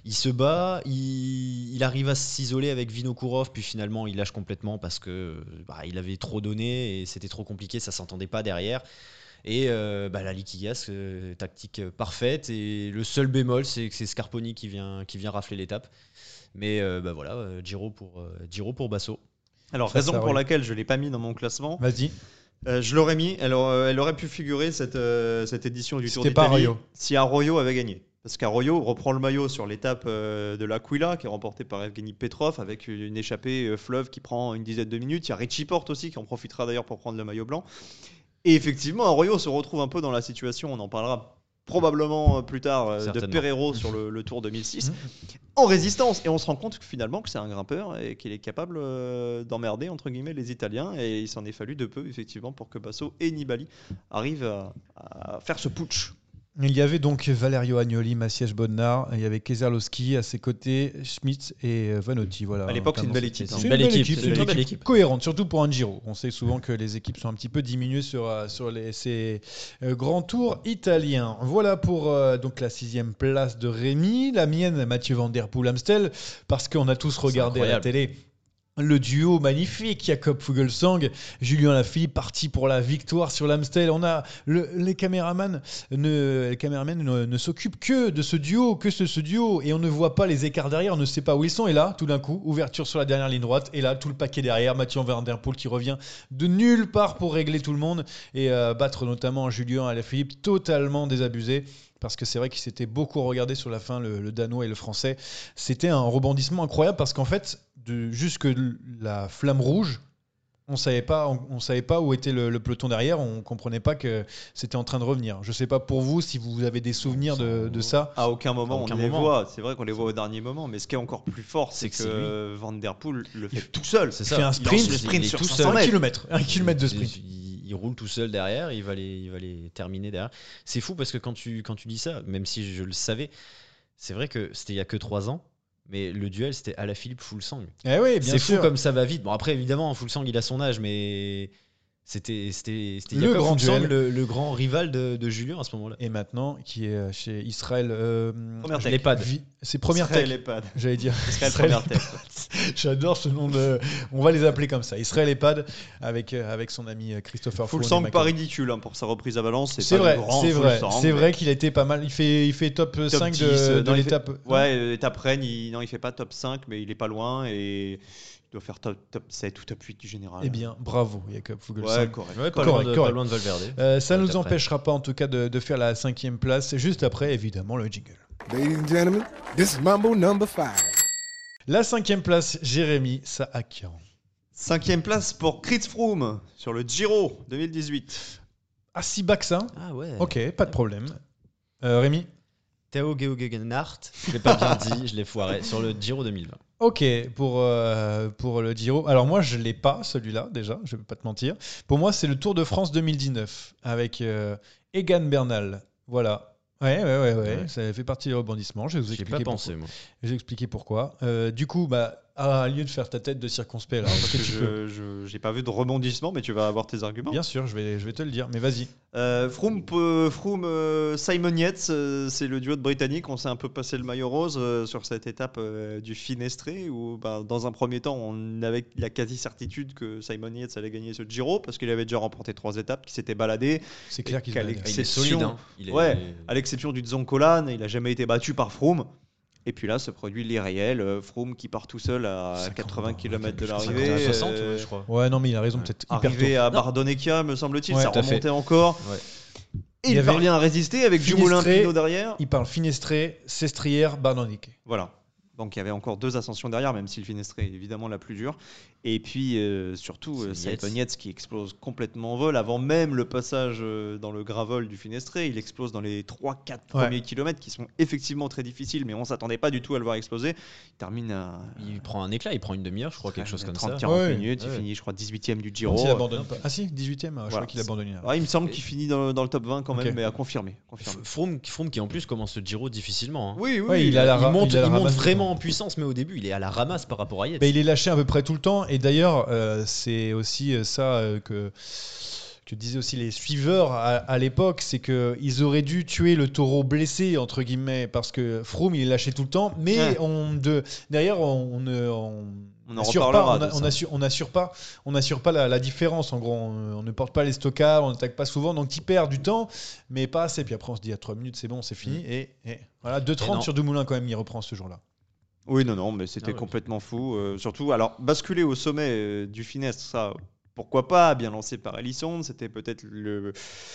il se bat, il, il arrive à s'isoler avec Vinokourov, puis finalement il lâche complètement parce que bah, il avait trop donné et c'était trop compliqué, ça s'entendait pas derrière. Et euh, bah, la Liquigas, euh, tactique parfaite. Et le seul bémol, c'est que c'est Scarponi qui vient, qui vient rafler l'étape. Mais euh, bah, voilà, euh, Giro pour, euh, Giro pour Basso. Alors, ça, raison ça, pour oui. laquelle je ne l'ai pas mis dans mon classement. Vas-y. Euh, je l'aurais mis. Elle, euh, elle aurait pu figurer cette, euh, cette édition du Tour C'était d'Italie pas Arroyo. Si Arroyo avait gagné. Parce qu'Arroyo reprend le maillot sur l'étape euh, de l'Aquila, qui est remportée par Evgeny Petrov, avec une échappée euh, fleuve qui prend une dizaine de minutes. Il y a Richie Porte aussi, qui en profitera d'ailleurs pour prendre le maillot blanc. Et effectivement, Arroyo se retrouve un peu dans la situation, on en parlera probablement plus tard, euh, de Pereiro sur le, le Tour deux mille six, en résistance. Et on se rend compte que finalement que c'est un grimpeur et qu'il est capable euh, d'emmerder entre guillemets les Italiens. Et il s'en est fallu de peu effectivement pour que Basso et Nibali arrivent à, à faire ce putsch. Il y avait donc Valerio Agnoli, Maciej Bodnar, il y avait Keselowski à ses côtés, Schmitz et Vanotti. Voilà, à l'époque, c'est une belle équipe. C'est une belle équipe, c'est une belle équipe cohérente, surtout pour un Giro. On sait souvent que les équipes sont un petit peu diminuées sur, sur les, ces euh, grands tours italiens. Voilà pour euh, donc la sixième place de Rémi. La mienne, Mathieu Van Der Poel Amstel, parce qu'on a tous regardé à la télé le duo magnifique, Jakob Fuglsang, Julien Lafilippe parti pour la victoire sur l'Amstel. On a le, les caméramans ne, les caméramans ne, ne s'occupent que de ce duo, que de ce duo, et on ne voit pas les écarts derrière, on ne sait pas où ils sont. Et là, tout d'un coup, ouverture sur la dernière ligne droite, et là, tout le paquet derrière, Mathieu Van Der Poel qui revient de nulle part pour régler tout le monde et euh, battre notamment Julien Alaphilippe, totalement désabusé. Parce que c'est vrai qu'il s'était beaucoup regardé sur la fin, le, le Danois et le Français. C'était un rebondissement incroyable parce qu'en fait, de, jusque la flamme rouge, on ne savait pas, on, on savait pas où était le, le peloton derrière. On ne comprenait pas que c'était en train de revenir. Je ne sais pas pour vous si vous avez des souvenirs de, de ça. À aucun moment, à aucun on moment. les voit. C'est vrai qu'on les voit c'est... au dernier moment. Mais ce qui est encore plus fort, c'est, c'est que, que Van Der Poel le fait il... tout seul. C'est ça. Il fait un sprint, il, il sprint il sur tout cinq cents seul. mètres. Un kilomètre. Un kilomètre de sprint. Il, il roule tout seul derrière, il va les, il va les terminer derrière. C'est fou parce que quand tu, quand tu dis ça, même si je le savais, c'est vrai que c'était il y a que trois ans, mais le duel c'était Alaphilippe Fuglsang. Eh oui, bien c'est sûr. fou comme ça va vite. Bon après évidemment Fuglsang il a son âge, mais c'était c'était, c'était le grand Fuglsang, duel, le, le grand rival de, de Julien à ce moment-là. Et maintenant qui est chez Israël. Euh, L'EHPAD. Vi- c'est première Israël tech. EHPAD. J'allais dire. Israël, Israël première tech. J'adore ce nom de. On va les appeler comme ça. Israël EHPAD avec avec son ami Christopher Froome. Fuglsang pas ridicule hein, pour sa reprise à Valence. C'est, c'est pas vrai. Grand c'est vrai. Fuglsang, c'est mais... vrai qu'il a été pas mal. Il fait il fait top, top cinq dix, de, de l'étape. Fait... Ouais, l'étape Rennes. Il... Non, il fait pas top cinq, mais il est pas loin et. Il doit faire top, top sept ou top huit du général. Eh bien, bravo, Jakob Fuglsang. Ouais, correct. Ouais, pas, correct, loin de, correct. pas loin de Valverde. Euh, ça ne nous empêchera pas, en tout cas, de, de faire la cinquième place. Juste après, évidemment, le jingle. Ladies and gentlemen, this is Mambo number five. La cinquième place, Jérémy Saakian. Cinquième place pour Chris Froome sur le Giro deux mille dix-huit. Ah, si bas que ça. Ah ouais. Ok, pas de problème. Euh, Rémi Théo Geoghegan-Hart, je l'ai pas bien dit, je l'ai foiré, sur le Giro deux mille vingt. Ok, pour, euh, pour le Giro. Alors moi, je ne l'ai pas, celui-là, déjà, je ne vais pas te mentir. Pour moi, c'est le Tour de France deux mille dix-neuf, avec euh, Egan Bernal. Voilà. Ouais, ouais, ouais, ouais, ouais. Ça fait partie des rebondissements. Je vais vous J'y ai expliquer pas pensé, pourquoi. moi. Je vais expliquer pourquoi. Euh, du coup, bah, à lieu de faire ta tête de circonspect, là, parce que je, je j'ai pas vu de rebondissement, mais tu vas avoir tes arguments. Bien sûr, je vais, je vais te le dire, mais vas-y. Euh, Froome, euh, Froome euh, Simon Yates, euh, c'est le duo de Britanniques. On s'est un peu passé le maillot rose euh, sur cette étape euh, du Finestré, où bah, dans un premier temps, on avait la quasi-certitude que Simon Yates allait gagner ce Giro, parce qu'il avait déjà remporté trois étapes, qu'il s'était baladé. C'est clair qu'il il est solide. Hein. Il est... Ouais, à l'exception du Zoncolan, il n'a jamais été battu par Froome. Et puis là, se produit l'irréel. Euh, Froome qui part tout seul à quatre-vingts kilomètres de l'arrivée. soixante, euh, je crois. Ouais, non, mais il a raison, ouais. peut-être. Arrivé à Bardonecchia, me semble-t-il, ouais, ça remontait fait. encore. Ouais. Et il, il parvient à résister avec Dumoulin Pinot derrière. Il parle Finestré, Sestrière, Bardonecchia. Voilà. Donc il y avait encore deux ascensions derrière, même si le Finestré est évidemment la plus dure. Et puis euh, surtout, euh, Simon Yates qui explose complètement en vol. Avant même le passage euh, dans le gravel du Finestré, il explose dans les trois quatre ouais. premiers kilomètres qui sont effectivement très difficiles, mais on ne s'attendait pas du tout à le voir exploser. Il termine à... Il prend un éclat, il prend une demi-heure, je crois, quelque chose comme trente, ça. quarante ouais, minutes, ouais. il finit je crois dix-huitième du Giro. Il abandonne pas. Ah si, dix-huitième, je voilà. crois qu'il abandonne. Ouais, il me semble qu'il finit dans, dans le top vingt quand même, okay. mais à confirmer. confirmer. Froome, Froome qui en plus commence le Giro difficilement. Hein. Oui, oui, ouais, il, il, a la, il monte, il, a il monte vraiment en puissance, mais au début, il est à la ramasse par rapport à Yates. Bah, il est lâché à peu près tout le temps, et d'ailleurs, euh, c'est aussi ça euh, que que disaient aussi les suiveurs à, à l'époque, c'est qu'ils auraient dû tuer le taureau blessé, entre guillemets, parce que Froome, il est lâché tout le temps, mais Ouais. on, de, derrière, on ne... On, On en assure reparlera pas, de on, a- on ça. assure, on assure pas, on assure pas la, la différence. En gros, on, on ne porte pas les stockages, on n'attaque pas souvent, donc tu perds du temps, mais pas assez. Puis après, on se dit à trois minutes, c'est bon, c'est fini. Mm. Et, et voilà, deux trente non. sur Dumoulin quand même, il reprend ce jour-là. Oui, non, non, mais c'était Ah ouais. complètement fou. euh, surtout, alors, basculer au sommet euh, du Finesse, ça, pourquoi pas, bien lancé par Ellison, c'était peut-être le,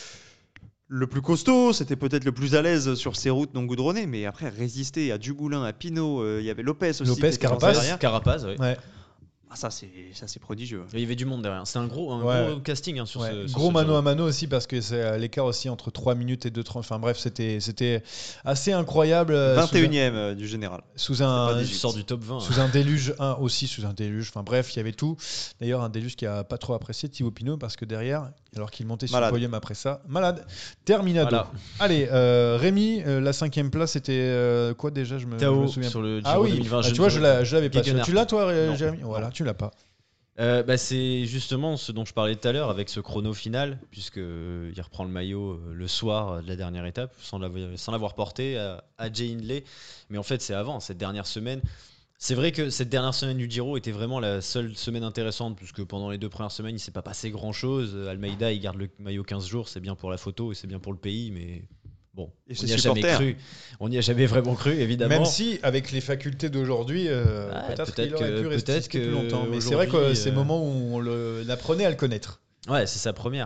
le plus costaud, c'était peut-être le plus à l'aise sur ces routes non goudronnées, mais après, résister à Dumoulin, à Pinot, euh, il y avait Lopez aussi. Lopez, qui était lancé Carapaz. derrière. Carapaz, ouais. Ouais. Ah, ça, c'est, ça, c'est prodigieux. Il y avait du monde derrière. C'était un gros, un Ouais. gros casting hein, sur Ouais, ce. sur gros ce mano Giro. à mano aussi parce que c'est à l'écart aussi entre trois minutes et deux trente. Enfin bref, c'était c'était assez incroyable. euh, vingt et unième euh, du général. Sous C'était un, pas sous Il dix-huit. sort du top vingt. un, sous un déluge, un aussi sous un déluge. Enfin bref, il y avait tout. D'ailleurs, un déluge qui a pas trop apprécié Thibaut Pinot parce que derrière, alors qu'il montait sur Malade. le podium après ça, malade. Terminado. Voilà. Allez, euh, Rémi, euh, la cinquième place, c'était euh, quoi déjà Je me, je me Tao souviens. sur le Giro Ah oui, deux mille vingt. ah, tu vois, je l'a- je l'avais pas. Gegenhardt. Tu l'as toi, euh, Non. Jérémy Voilà, tu l'as pas. Euh, bah, c'est justement ce dont je parlais tout à l'heure avec ce chrono final, puisque euh, il reprend le maillot euh, le soir euh, de la dernière étape, sans l'avoir, sans l'avoir porté à, à Jay Hindley. Mais en fait, c'est avant, cette dernière semaine. C'est vrai que cette dernière semaine du Giro était vraiment la seule semaine intéressante, puisque pendant les deux premières semaines, il ne s'est pas passé grand-chose. Almeida, il garde le maillot quinze jours, c'est bien pour la photo et c'est bien pour le pays, mais bon, Et on ses n'y a jamais supporters. cru. On n'y a jamais vraiment cru, évidemment. Même si, avec les facultés d'aujourd'hui, euh, Ouais, peut-être, peut-être qu'il aurait que- pu rester peut-être plus que longtemps. Mais c'est vrai que aujourd'hui, c'est le euh, moment où on le- l'apprenait à le connaître. Ouais, c'est sa première.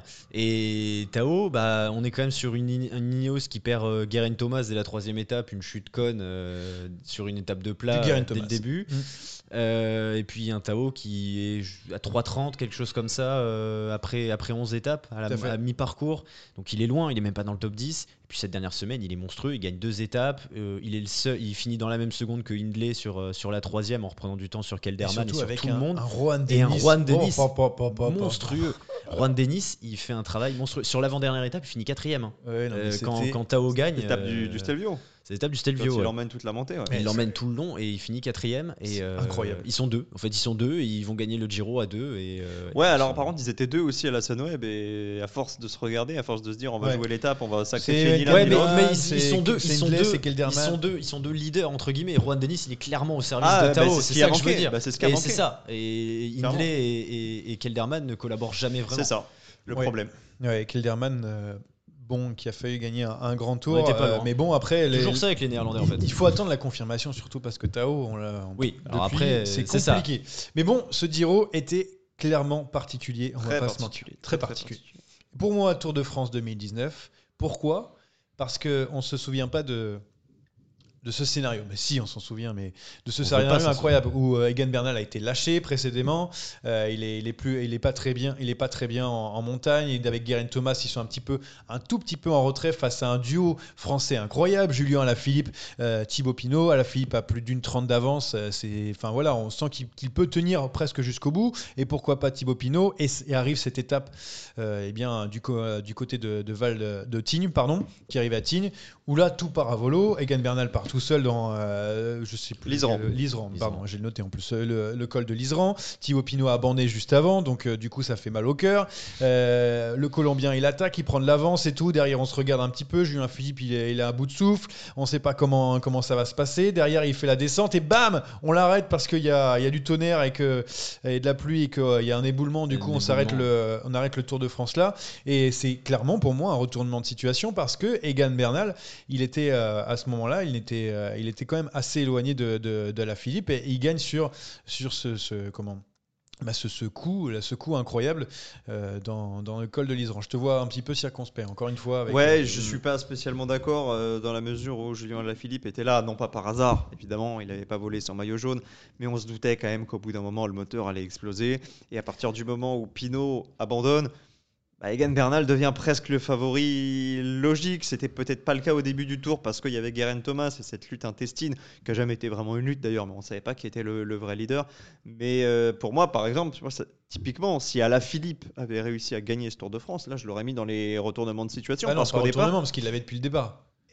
Et Tao, bah, on est quand même sur une, In- une Ineos qui perd euh, Geraint Thomas dès la troisième étape, une chute conne euh, sur une étape de plat Du Geraint euh, dès Thomas. le début. Mm. Euh, et puis un Tao qui est ju- à trois trente, quelque chose comme ça, euh, après, après onze étapes, à, la- Tout à fait. à mi-parcours. Donc il est loin, il est même pas dans le top dix. Et puis cette dernière semaine, il est monstrueux, il gagne deux étapes. euh, il, est le seul, il finit dans la même seconde que Hindley sur, euh, sur la troisième en reprenant du temps sur Et Kelderman et, surtout sur avec tout un, le monde. un Juan Et un Dennis. Juan Dennis. Oh, pa, pa, pa, pa, pa. Monstrueux. Juan Dennis, il fait un travail monstrueux. Sur l'avant-dernière étape, il finit quatrième. hein. Ouais, non, mais Euh, quand, c'était- quand Tao gagne. L'étape du, euh, du Stelvio. C'est l'étape du Quand Stelvio. il ouais. emmène toute la montée. ouais. Il l'emmène tout le long et il finit quatrième. Et, C'est euh, incroyable. Ils sont deux. En fait, ils sont deux et ils vont gagner le Giro à deux. Et, euh, Ouais, ils alors sont- par contre, ils étaient deux aussi à la Sunweb et à force de se regarder, à force de se dire on va Ouais. jouer l'étape, on va C'est- sacrifier ni l'un Ouais, ni mais, l'autre. mais ils, c'est- ils sont deux. c'est Ils sont Hindley, deux. c'est Ils Kelderman. sont deux. Ils sont deux leaders entre guillemets. Et Juan Dennis, il est clairement au service Ah, de bah, Tao. c'est ce c'est qui ça a que je veux manqué. dire. Bah, c'est ce qui a et manqué. c'est ça. Et Clairement. Hindley et, et, et Kelderman ne collaborent jamais vraiment. C'est ça, le Ouais. problème. Ouais, Kelderman, euh, bon, qui a failli gagner un, un grand tour. On était pas euh, loin. mais bon, après. les- Toujours ça avec les Néerlandais en il, fait. il faut attendre la confirmation, surtout parce que Tao, on l'a. on- Oui, alors depuis, après, c'est c'est ça. compliqué. Mais bon, ce Giro était clairement particulier. On Très va pas se mentir. particulier. Très particulier. Pour moi, Tour de France deux mille dix-neuf. Pourquoi Parce qu'on ne se souvient pas de, de ce scénario. Mais si, on s'en souvient, mais de ce On peut scénario pas s'en incroyable où euh, Egan Bernal a été lâché précédemment. Euh, il est, il est plus, il est pas très bien, il est pas très bien en, en montagne. Et avec Geraint Thomas, ils sont un petit peu, un tout petit peu en retrait face à un duo français incroyable. Julien Alaphilippe, euh, Thibaut Pinot. Alaphilippe a plus d'une trente d'avance. Euh, c'est, enfin voilà, on sent qu'il, qu'il peut tenir presque jusqu'au bout. Et pourquoi pas Thibaut Pinot et, et arrive cette étape, euh, eh bien du, co- euh, du côté de, de Val de, de Tignes, pardon, qui arrive à Tignes, où là tout part à volo. Egan Bernal part tout seul dans, euh, je sais plus, Liseran. le- Liseran, pardon, j'ai le noté en plus, euh, le, le col de Liseran. Thibaut Pinot a bandé juste avant, donc euh, du coup ça fait mal au cœur. Euh, le Colombien il attaque, il prend de l'avance et tout. Derrière on se regarde un petit peu. Julien Philippe il est, il est à bout de souffle. On ne sait pas comment, comment ça va se passer. Derrière il fait la descente et bam, on l'arrête parce qu'il y a, il y a du tonnerre et, que, et de la pluie et qu'il y a un éboulement. Du Un coup on s'arrête éboulement. le, on arrête le Tour de France là. Et c'est clairement pour moi un retournement de situation parce que Egan Bernal, il était euh, à ce moment-là, il était, euh, il était quand même assez éloigné de, de, de la Philippe et il gagne sur, sur ce, ce comment bah ce, ce coup, là, ce coup incroyable euh, dans, dans le col de Liseran. Je te vois un petit peu circonspect, encore une fois. Avec, Ouais, euh, je suis pas spécialement d'accord euh, dans la mesure où Julien Alaphilippe était là, non pas par hasard, évidemment, il n'avait pas volé son maillot jaune, mais on se doutait quand même qu'au bout d'un moment, le moteur allait exploser. Et à partir du moment où Pinot abandonne, bah, Egan Bernal devient presque le favori logique. C'était peut-être pas le cas au début du tour parce qu'il y avait Geraint Thomas et cette lutte intestine, qui n'a jamais été vraiment une lutte d'ailleurs, mais on ne savait pas qui était le, le vrai leader. Mais euh, pour moi, par exemple, tu vois, ça- typiquement, si Alaphilippe avait réussi à gagner ce Tour de France, là, je l'aurais mis dans les retournements de situation. Ah non, parce c'est pas qu'au un départ, retournement parce qu'il l'avait depuis le départ.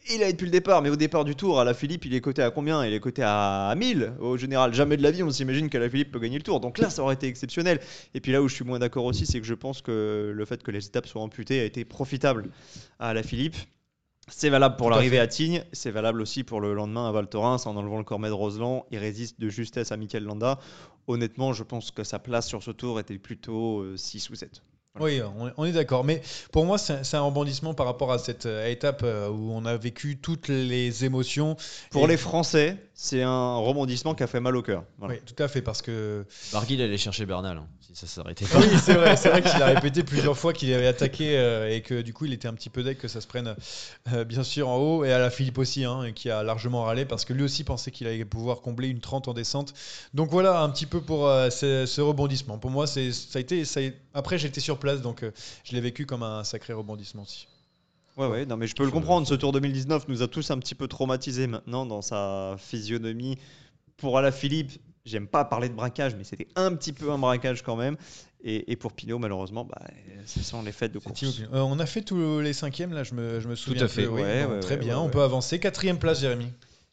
Il a depuis le départ, mais au départ du tour, Alaphilippe, il est coté à combien? Il est coté à mille. Au général, jamais de la vie, on s'imagine qu'Alaphilippe peut gagner le tour. Donc là, ça aurait été exceptionnel. Et puis là où je suis moins d'accord aussi, c'est que je pense que le fait que les étapes soient amputées a été profitable à Alaphilippe. C'est valable pour Tout à l'arrivée fait. à Tignes, c'est valable aussi pour le lendemain à Val Thorens en enlevant le cormet de Roseland. Il résiste de justesse à Mikel Landa. Honnêtement, je pense que sa place sur ce tour était plutôt euh, six ou sept. Oui, on est, on est d'accord. Mais pour moi, c'est, c'est un rebondissement par rapport à cette euh, étape euh, où on a vécu toutes les émotions. Pour Et- les Français, c'est un rebondissement qui a fait mal au cœur. Voilà. Oui, tout à fait, parce que. Barguil allait chercher Bernal, hein, si ça s'arrêtait pas. Oui, c'est vrai, c'est vrai qu'il a répété plusieurs fois qu'il avait attaqué euh, et que du coup, il était un petit peu deg que ça se prenne euh, bien sûr en haut. Et à la Philippe aussi, hein, et qui a largement râlé parce que lui aussi pensait qu'il allait pouvoir combler une trente en descente. Donc voilà, un petit peu pour euh, ce, ce rebondissement. Pour moi, c'est, ça a été. Ça a- Après, j'étais sur place, donc euh, je l'ai vécu comme un sacré rebondissement aussi. Ouais, ouais, non, mais je peux le comprendre. Ce Tour deux mille dix-neuf nous a tous un petit peu traumatisés maintenant dans sa physionomie. Pour Alaphilippe, j'aime pas parler de braquage, mais c'était un petit peu un braquage quand même. Et, et pour Pinot, malheureusement, bah, ce sont les fêtes de course. Euh, on a fait tous les cinquièmes, là, je me, je me souviens. à fait, plus. Oui, ouais, bon, ouais, très ouais, bien, ouais, on ouais. peut avancer. Quatrième place, Jérémy.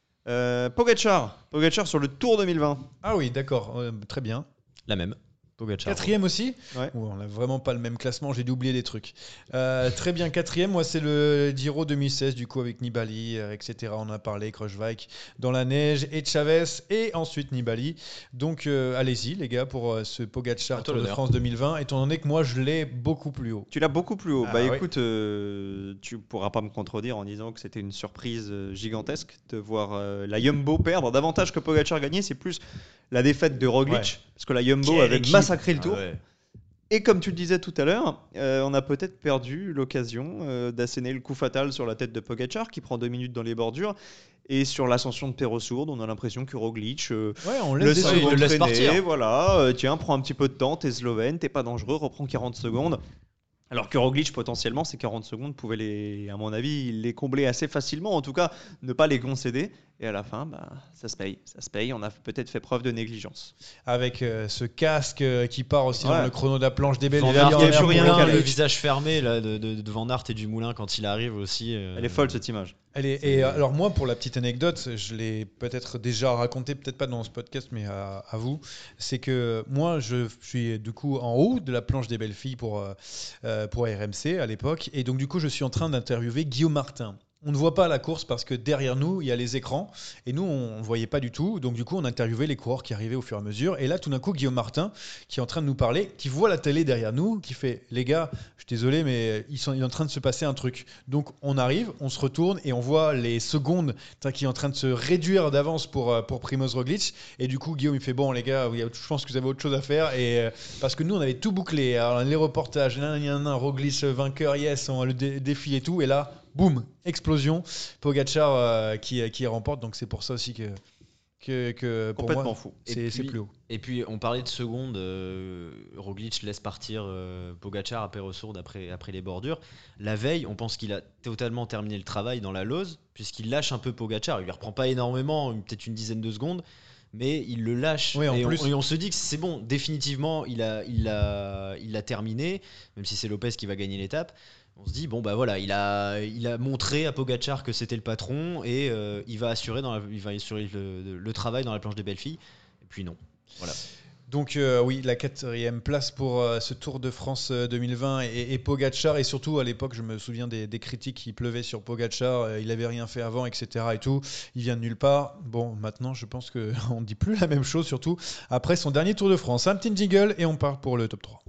Euh, Pogacar. Pogacar sur le Tour deux mille vingt. Ah oui, d'accord, euh, très bien. La même. Pogacar. Quatrième aussi. Ouais. Oh, on n'a vraiment pas le même classement, j'ai dû oublier des trucs. Euh, très bien, quatrième, moi c'est le Giro deux mille seize, du coup avec Nibali, euh, et cetera. On en a parlé, Kruijswijk dans la neige, et Chavez, et ensuite Nibali. Donc euh, allez-y les gars pour euh, ce Pogacar À toi Tour de l'honneur. France deux mille vingt, étant donné que moi je l'ai beaucoup plus haut. Tu l'as beaucoup plus haut. Ah, bah oui. écoute, euh, tu pourras pas me contredire en disant que c'était une surprise euh, gigantesque de voir euh, la Jumbo perdre davantage que Pogacar gagner. C'est plus la défaite de Roglic, Ouais. parce que la Jumbo Quelle avait équipe. massacré le Tour. Ah ouais. Et comme tu le disais tout à l'heure, euh, on a peut-être perdu l'occasion euh, d'asséner le coup fatal sur la tête de Pogacar qui prend deux minutes dans les bordures. Et sur l'ascension de Perrosourde, on a l'impression que Roglic euh, Ouais, on le laisse des sent il le laisse entraîner, partir. voilà, euh, tiens, prends un petit peu de temps, t'es slovène, t'es pas dangereux, reprends quarante secondes. Alors que Roglic, potentiellement, ces quarante secondes pouvaient, les, à mon avis, les combler assez facilement, en tout cas, ne pas les concéder. Et à la fin, bah, ça se paye. Ça se paye, on a peut-être fait preuve de négligence. avec euh, ce casque euh, qui part aussi Ouais. dans le chrono de la planche des belles Van Il y a- Aert, il y a le plus rien moulin, qu'à le la- visage fermé là, de, de, de Van Aert et du Moulin quand il arrive aussi. euh, Elle est folle, cette image. Elle est- et euh, alors moi, pour la petite anecdote, je l'ai peut-être déjà raconté, peut-être pas dans ce podcast, mais à, à vous, c'est que moi, je suis du coup en haut de la planche des belles filles pour, euh, euh, pour R M C à l'époque, et donc du coup, je suis en train d'interviewer Guillaume Martin. On ne voit pas la course parce que derrière nous, il y a les écrans et nous, on ne voyait pas du tout. Donc, du coup, on interviewait les coureurs qui arrivaient au fur et à mesure. Et là, tout d'un coup, Guillaume Martin, qui est en train de nous parler, qui voit la télé derrière nous, qui fait « Les gars, je suis désolé, mais ils sont, il est en train de se passer un truc. » Donc, on arrive, on se retourne et on voit les secondes tain, qui est en train de se réduire d'avance pour, euh, pour Primoz Roglic. Et du coup, Guillaume, il fait « Bon, les gars, oui, je pense que vous avez autre chose à faire. » Et euh, parce que nous, on avait tout bouclé. Alors, les reportages, nan, nan, nan, Roglic vainqueur, yes, on, le dé- défi et tout. Et là, boum, explosion. Pogacar euh, qui, qui remporte. Donc c'est pour ça aussi que, que, que pour Complètement moi, fou. Et c'est, puis- c'est plus haut. Et puis on parlait de secondes, euh, Roglic laisse partir euh, Pogacar à Perrosourde après, après les bordures. La veille, on pense qu'il a totalement terminé le travail dans la Lose, puisqu'il lâche un peu Pogacar. Il lui reprend pas énormément, une- peut-être une dizaine de secondes, mais il le lâche. Oui, en et, plus. on, et on se dit que c'est bon, définitivement, il a, il a, il a terminé, même si c'est Lopez qui va gagner l'étape. On se dit, bon, bah voilà, il a, il a montré à Pogacar que c'était le patron et euh, il va assurer, dans la- il va assurer le, le travail dans la planche des belles filles. Et puis non. Voilà. Donc euh, oui, la quatrième place pour euh, ce Tour de France euh, deux mille vingt et, et Pogacar. Et surtout, à l'époque, je me souviens des, des critiques qui pleuvaient sur Pogacar. Euh, il avait rien fait avant, et cetera. Et tout. Il vient de nulle part. Bon, maintenant, je pense qu'on ne dit plus la même chose, surtout après son dernier Tour de France. Un petit jingle et on part pour le top trois.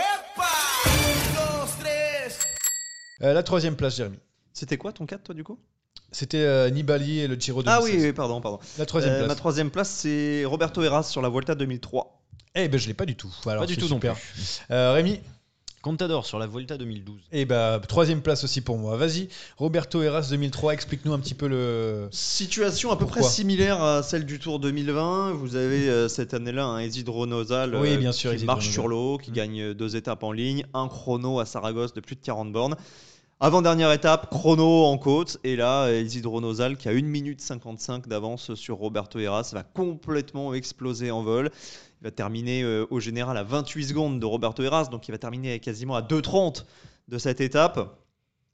Euh, la troisième place, Jérémy. C'était quoi ton quatre, toi, du coup? C'était euh, Nibali et le Giro deux mille Ah seize. oui, oui, pardon, pardon. La troisième Euh, place. Ma troisième place, c'est Roberto Heras sur la Volta deux mille trois. Eh ben, je l'ai pas du tout. Alors, Pas du c'est tout non super. plus. Euh, Rémi. Contador sur la Volta deux mille douze. Et bah, troisième place aussi pour moi. Vas-y, Roberto Heras deux mille trois, explique-nous un petit peu le. Situation à peu Pourquoi près similaire à celle du Tour deux mille vingt. Vous avez euh, cette année-là un Isidro Nozal Oui, euh, bien sûr, qui Isidro marche Nozal. sur l'eau, qui Mm. gagne euh, deux étapes en ligne, un chrono à Saragosse de plus de quarante bornes. Avant-dernière étape, chrono en côte. Et là, euh, Isidro Nozal, qui a une minute cinquante-cinq d'avance sur Roberto Heras, va complètement exploser en vol. Il va terminer euh, au général à vingt-huit secondes de Roberto Heras, donc il va terminer quasiment à deux trente de cette étape.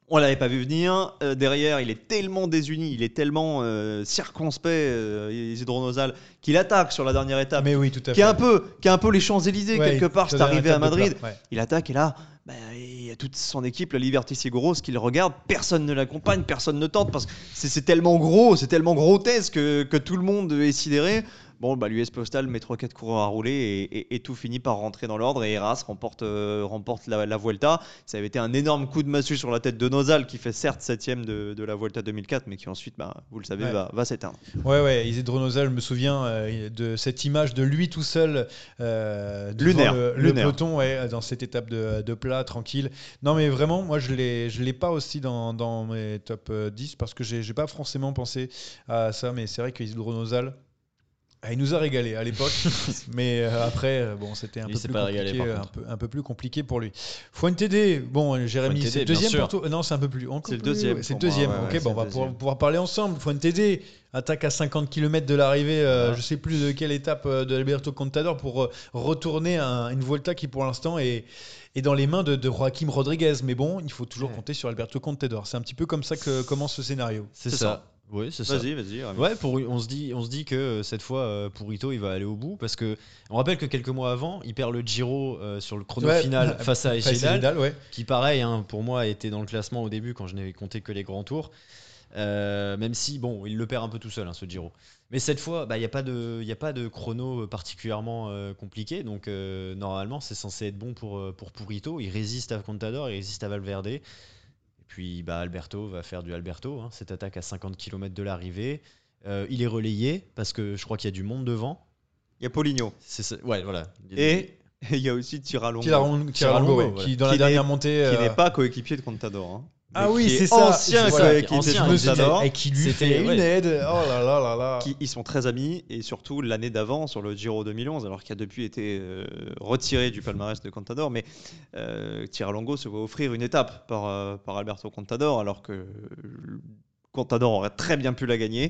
On l'avait pas vu venir. Euh, derrière, il est tellement désuni, il est tellement euh, circonspect, euh, Isidro Nozal, qu'il attaque sur la dernière étape. Mais oui, tout à qui fait. Est un peu, qui est un peu les Champs-Élysées Ouais, quelque part. sur C'est la arrivé dernière à Madrid. étape de plat, ouais. Il attaque et là, bah, il y a toute son équipe, la Liberty Seguros, qui le regarde. Personne ne l'accompagne, personne ne tente parce que c'est, c'est tellement gros, c'est tellement grotesque que, que tout le monde est sidéré. Bon, bah, l'U S Postal met trois quatre coureurs à rouler et, et, et tout finit par rentrer dans l'ordre. Et Heras remporte, euh, remporte la, la Vuelta. Ça avait été un énorme coup de massue sur la tête de Nozal qui fait certes septième de, de la Vuelta deux mille quatre, mais qui ensuite, bah, vous le savez, Ouais. va, va s'éteindre. Ouais, ouais, Isidro Nozal, je me souviens euh, de cette image de lui tout seul euh, devant Lunaire, le, le lunaire. peloton, ouais, dans cette étape de, de plat, tranquille. Non, mais vraiment, moi, je l'ai, je l'ai pas aussi dans, dans mes top euh, dix parce que j'ai, j'ai pas forcément pensé à ça, mais c'est vrai que Isidro Nozal, ah, il nous a régalé à l'époque, mais euh, après, euh, bon, c'était un Il peu s'est plus pas régalé, compliqué, par un contre. peu, un peu plus compliqué pour lui. Fuentd, bon, Jérémy, Fuentd, c'est le bien deuxième sûr. pour toi. Non, c'est un peu plus. encore C'est le plus- deuxième C'est le pour moi, deuxième. ouais, ok, ouais, bon, c'est on va le pouvoir, deuxième. pouvoir parler ensemble. Fuentd attaque à cinquante kilomètres de l'arrivée, euh, Voilà. je sais plus de quelle étape euh, de Alberto Contador pour euh, retourner un- une Volta qui pour l'instant est, est dans les mains de, de Joaquim Rodriguez. Mais bon, il faut toujours Ouais. compter sur Alberto Contador. C'est un petit peu comme ça que commence ce scénario. C'est, C'est ça. ça. Oui, c'est ça. Vas-y, vas-y. Rémi. Ouais, pour, on, se dit, on se dit que euh, cette fois, euh, Purito, il va aller au bout. Parce que on rappelle que quelques mois avant, il perd le Giro euh, sur le chrono Ouais, final face à Face à Echedal, Vidal, ouais. qui, pareil, hein, pour moi, était dans le classement au début quand je n'avais compté que les grands tours. Euh, même si, bon, il le perd un peu tout seul, hein, ce Giro. Mais cette fois, bah, il n'y a, pas de- y a pas de chrono particulièrement euh, compliqué. Donc, euh, normalement, c'est censé être bon pour, euh, pour Purito. Il résiste à Contador, il résiste à Valverde. Et puis, bah, Alberto va faire du Alberto. Hein, cette attaque à cinquante kilomètres de l'arrivée. Euh, il est relayé parce que je crois qu'il y a du monde devant. Il y a Poligno. C'est ça- ouais, voilà. Il y a Et des- il y a aussi Tiralongo. Tiralongo, Tiralongo, ouais, voilà. qui dans Qui la dernière n'est- montée. Qui euh, n'est pas coéquipier de Contador. Hein. Ah Mais oui, qui c'est est ça. Ancien Voilà, coéquipier ancien, de je me suis dit, Contador. et qui lui C'était- fait ouais. une aide. Oh là là là là. Qui, ils sont très amis et surtout l'année d'avant sur le Giro deux mille onze, alors qu'il a depuis été euh, retiré du palmarès de Contador, mais euh, Tiralongo se voit offrir une étape par, euh, par Alberto Contador alors que euh, Contador aurait très bien pu la gagner.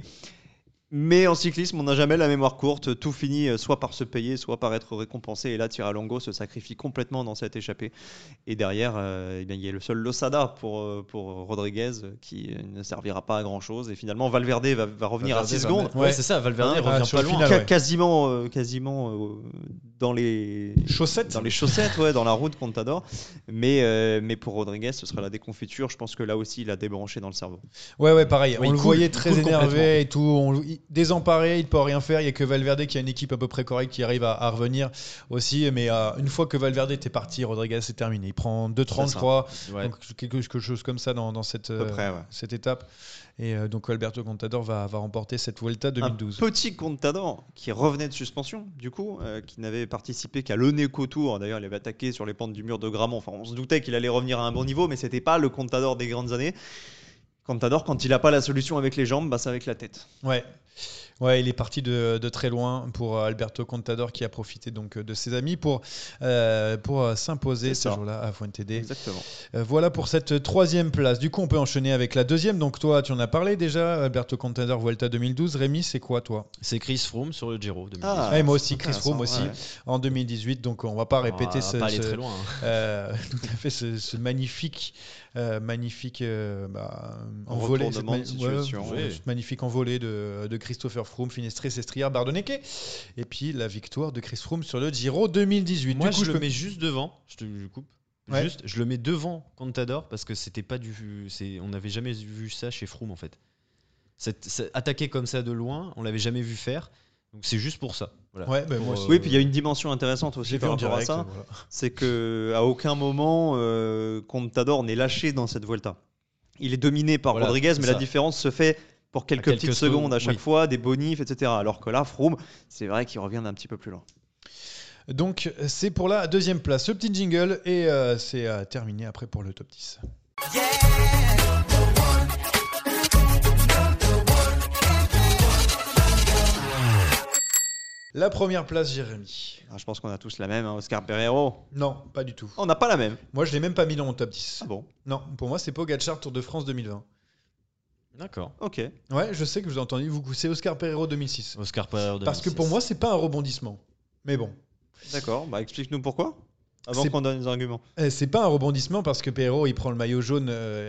Mais en cyclisme, on n'a jamais la mémoire courte. Tout finit euh, soit par se payer, soit par être récompensé. Et là, Tiralongo se sacrifie complètement dans cette échappée. Et derrière, euh, eh bien, il y a le seul Losada pour, euh, pour Rodriguez euh, qui euh, ne servira pas à grand-chose. Et finalement, Valverde va, va revenir Valverde à six va secondes. mettre- Ouais, Ouais. c'est ça. Valverde Hein, revient ah, sur pas le loin. final, Ca- ouais. Quasiment, euh, quasiment euh, dans les Chaussettes. dans les chaussettes, ouais, dans la route Contador. Mais, euh, mais pour Rodriguez, ce sera la déconfiture. Je pense que là aussi, il a débranché dans le cerveau. Ouais, ouais, pareil. Oui, on il le coule, voyait il très coule énervé complètement. et tout. On, il- désemparé, il peut rien faire. Il y a que Valverde qui a une équipe à peu près correcte qui arrive à, à revenir aussi. Mais euh, une fois que Valverde était parti, Rodriguez c'est terminé. Il prend deux trente, C'est je ça. crois. Ouais. Donc quelque, quelque chose comme ça dans, dans cette, À peu euh, près, ouais. cette étape. Et euh, donc Alberto Contador va, va remporter cette Vuelta deux mille douze. Un petit Contador qui revenait de suspension, du coup, euh, qui n'avait participé qu'à l'Oneco Tour. D'ailleurs, il avait attaqué sur les pentes du mur de Grammont. Enfin, on se doutait qu'il allait revenir à un bon niveau, mais c'était pas le Contador des grandes années. Contador, quand il n'a pas la solution avec les jambes, bah, c'est avec la tête. Ouais. Ouais, il est parti de, de très loin pour euh, Alberto Contador qui a profité donc de ses amis pour, euh, pour euh, s'imposer C'est ce ça. jour-là à Fuentd. Exactement. Euh, voilà pour cette troisième place. Du coup, on peut enchaîner avec la deuxième. Donc toi, tu en as parlé déjà, Alberto Contador Vuelta deux mille douze. Rémi, c'est quoi toi? C'est Chris Froome sur le Giro deux mille dix-huit. Ah, Ouais, moi c'est aussi, Chris Froome aussi, intéressant, ouais. en deux mille dix-huit. Donc on va pas répéter On va ce, pas aller ce- très loin. hein. euh, tout à fait ce, ce magnifique, euh, magnifique euh, bah, envolée, cette, Retournement de situation, ouais, oui. cette magnifique envolée de, de Christopher Froome, Finestre, Sestriere, Bardonneke, et puis la victoire de Chris Froome sur le Giro deux mille dix-huit. Moi, du coup, je le peux- mets juste devant. Je te je coupe. Ouais. Juste, je le mets devant Contador parce que c'était pas du. C'est, on n'avait jamais vu ça chez Froome en fait. Cette, cette- attaquer comme ça de loin, on l'avait jamais vu faire. Donc c'est juste pour ça. Voilà. Ouais, bah, Pour, moi aussi. euh, Oui, puis il y a une dimension intéressante aussi j'ai vu par en rapport direct. à ça. voilà. C'est que à aucun moment euh, Contador n'est lâché dans cette Vuelta. Il est dominé par Voilà, Rodriguez, c'est mais ça. la différence se fait pour quelques, quelques petites secondes, secondes à chaque oui. fois, des bonifs, et cetera. Alors que là, Froome, c'est vrai qu'il revient d'un petit peu plus loin. Donc c'est pour la deuxième place. Ce petit jingle et euh, c'est euh, terminé après pour le top dix. La première place, Jérémy. Ah, je pense qu'on a tous la même, hein, Oscar Pereiro. Non, pas du tout. On n'a pas la même. Moi, je l'ai même pas mis dans mon top dix. Ah bon, Non, pour moi, c'est Pogacar Tour de France deux mille vingt. D'accord. ok. Ouais, je sais que vous avez entendu, vous c'est Oscar Pereiro deux mille six. Oscar Pereiro Parce que pour moi, c'est pas un rebondissement. Mais bon. D'accord, bah explique-nous pourquoi. avant c'est... qu'on donne les arguments. Euh, c'est pas un rebondissement parce que Pereiro il prend le maillot jaune,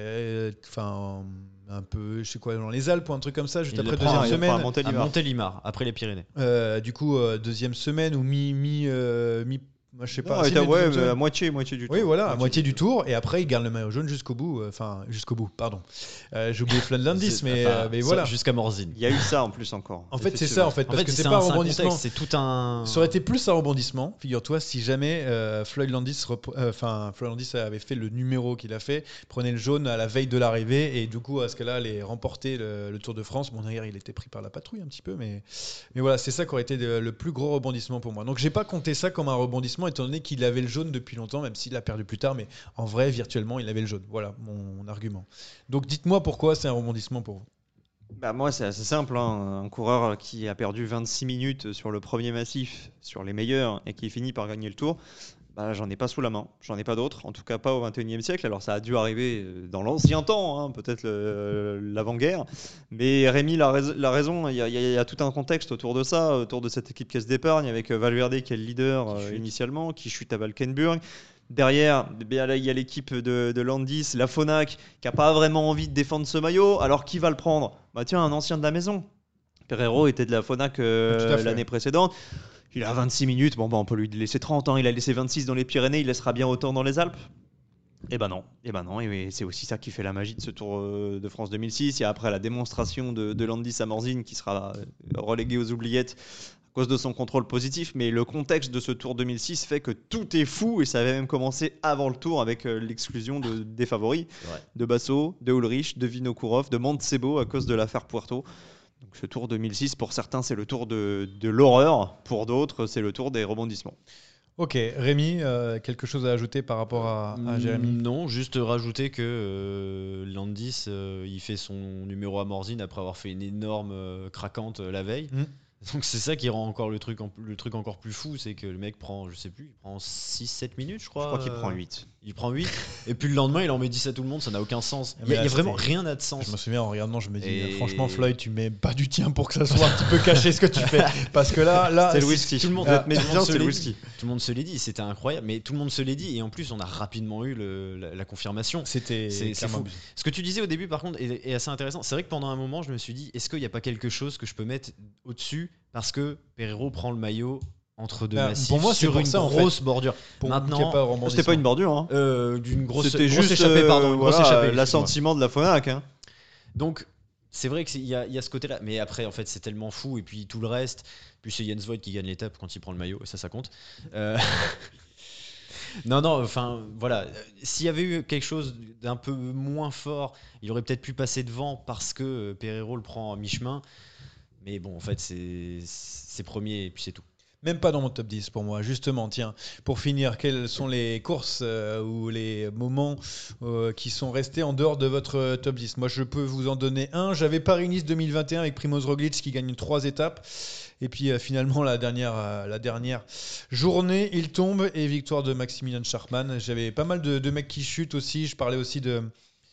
enfin euh, un peu, je sais quoi, dans les Alpes ou un truc comme ça, juste il après prend, deuxième il semaine. à Montélimar. à Montélimar, après les Pyrénées. Euh, du coup, euh, deuxième semaine ou mi mi euh, mi. Moi, je sais pas. Non, si ouais, ouais, mais à moitié, moitié du tour. Oui, voilà, moitié à moitié du, du tour. tour. Et après, il garde le maillot jaune jusqu'au bout. Enfin, euh, jusqu'au bout, pardon. Euh, j'ai oublié Flan Landis, mais, enfin, euh, mais voilà. Jusqu'à Morzine. Il y a eu ça en plus encore. En fait, c'est ça, en fait, parce en fait, que c'est, c'est pas un, un rebondissement. C'est tout un. Ça aurait été plus un rebondissement, figure-toi, si jamais euh, Floyd Landis, enfin, euh, Floyd Landis avait fait le numéro qu'il a fait, prenait le jaune à la veille de l'arrivée, et du coup, à ce cas-là, allait remporter le, le Tour de France. Bon, d'ailleurs, il était pris par la patrouille un petit peu, mais, mais voilà, c'est ça qui aurait été le, le plus gros rebondissement pour moi. Donc, j'ai pas compté ça comme un rebondissement, étant donné qu'il avait le jaune depuis longtemps, même s'il l'a perdu plus tard, mais en vrai, virtuellement, il avait le jaune. Voilà mon argument. Donc, dites-moi pourquoi c'est un rebondissement pour vous. Bah moi, c'est assez simple. Hein. Un coureur qui a perdu vingt-six minutes sur le premier massif, sur les meilleurs, et qui finit par gagner le Tour, bah, j'en ai pas sous la main. J'en ai pas d'autres. En tout cas, pas au vingt et unième siècle. Alors, ça a dû arriver dans l'ancien temps, hein, peut-être le, l'avant-guerre. Mais Rémi l'a, rais- l'a raison. Il y, a, il y a tout un contexte autour de ça, autour de cette équipe Caisse d'Épargne, avec Valverde qui est le leader euh, initialement, qui chute à Valkenburg. Derrière, il y a l'équipe de, de Landis, la Phonak, qui n'a pas vraiment envie de défendre ce maillot. Alors, qui va le prendre ? Bah tiens, un ancien de la maison. Pereiro était de la Phonak euh, l'année précédente. Il a vingt-six minutes. Bon, bah, on peut lui laisser trente. Hein. Il a laissé vingt-six dans les Pyrénées. Il laissera bien autant dans les Alpes. Eh ben non, eh ben non, et c'est aussi ça qui fait la magie de ce Tour de France deux mille six. Il y a après la démonstration de, de Landis à Morzine qui sera relégué aux oubliettes à cause de son contrôle positif, mais le contexte de ce Tour deux mille six fait que tout est fou, et ça avait même commencé avant le Tour avec l'exclusion de, des favoris, de Basso, de Ulrich, de Vinokourov, de Mancebo à cause de l'affaire Puerto. Donc ce Tour deux mille six, pour certains, c'est le Tour de, de l'horreur, pour d'autres, c'est le Tour des rebondissements. Ok, Rémi, euh, quelque chose à ajouter par rapport à, à Jérémy ? Non, juste rajouter que euh, Landis, euh, il fait son numéro à Morzine après avoir fait une énorme euh, craquante euh, la veille. Mm. Donc c'est ça qui rend encore le truc, en, le truc encore plus fou, c'est que le mec prend, je sais plus, il prend six sept minutes, je crois. Je crois qu'il euh, prend huit. Il prend huit, et puis le lendemain, il en met dix à tout le monde, ça n'a aucun sens. Il n'y a, a vraiment rien n'a de sens. Je me souviens en regardant, je me dis, et... franchement, Floyd, tu mets pas du tien pour que ça soit un petit peu caché ce que tu fais. Parce que là, là c'est le whisky. Tout le monde, ah, mais bien, c'est le whisky. Tout le monde se l'est dit, c'était incroyable, mais tout le monde se l'est dit, et en plus, on a rapidement eu le, la, la confirmation. C'était c'est, c'est fou. Ce que tu disais au début, par contre, est, est assez intéressant. C'est vrai que pendant un moment, je me suis dit, est-ce qu'il n'y a pas quelque chose que je peux mettre au-dessus parce que Pereiro prend le maillot entre deux bah, massifs pour moi, sur pour une ça, grosse en fait. bordure. Pour Maintenant, pas c'était pas une bordure, hein. euh, d'une grosse, c'était grosse juste échappée, euh, pardon, une voilà, grosse échappée, l'assentiment de la Phonak. Hein. Donc, c'est vrai qu'il y, y a ce côté-là, mais après, en fait, c'est tellement fou, et puis tout le reste. Puis c'est Jens Voigt qui gagne l'étape quand il prend le maillot, et ça, ça compte. Euh... Non, non, enfin, voilà. S'il y avait eu quelque chose d'un peu moins fort, il aurait peut-être pu passer devant parce que Pereiro le prend à mi-chemin. Mais bon, en fait, c'est, c'est premier et puis c'est tout. Même pas dans mon top dix pour moi. Justement, tiens, pour finir, quelles sont les courses euh, ou les moments euh, qui sont restés en dehors de votre top dix ? Moi, je peux vous en donner un. J'avais Paris-Nice deux mille vingt et un avec Primož Roglic qui gagne trois étapes. Et puis euh, finalement, la dernière, euh, la dernière journée, il tombe et victoire de Maximilian Schachmann. J'avais pas mal de, de mecs qui chutent aussi. Je parlais aussi de...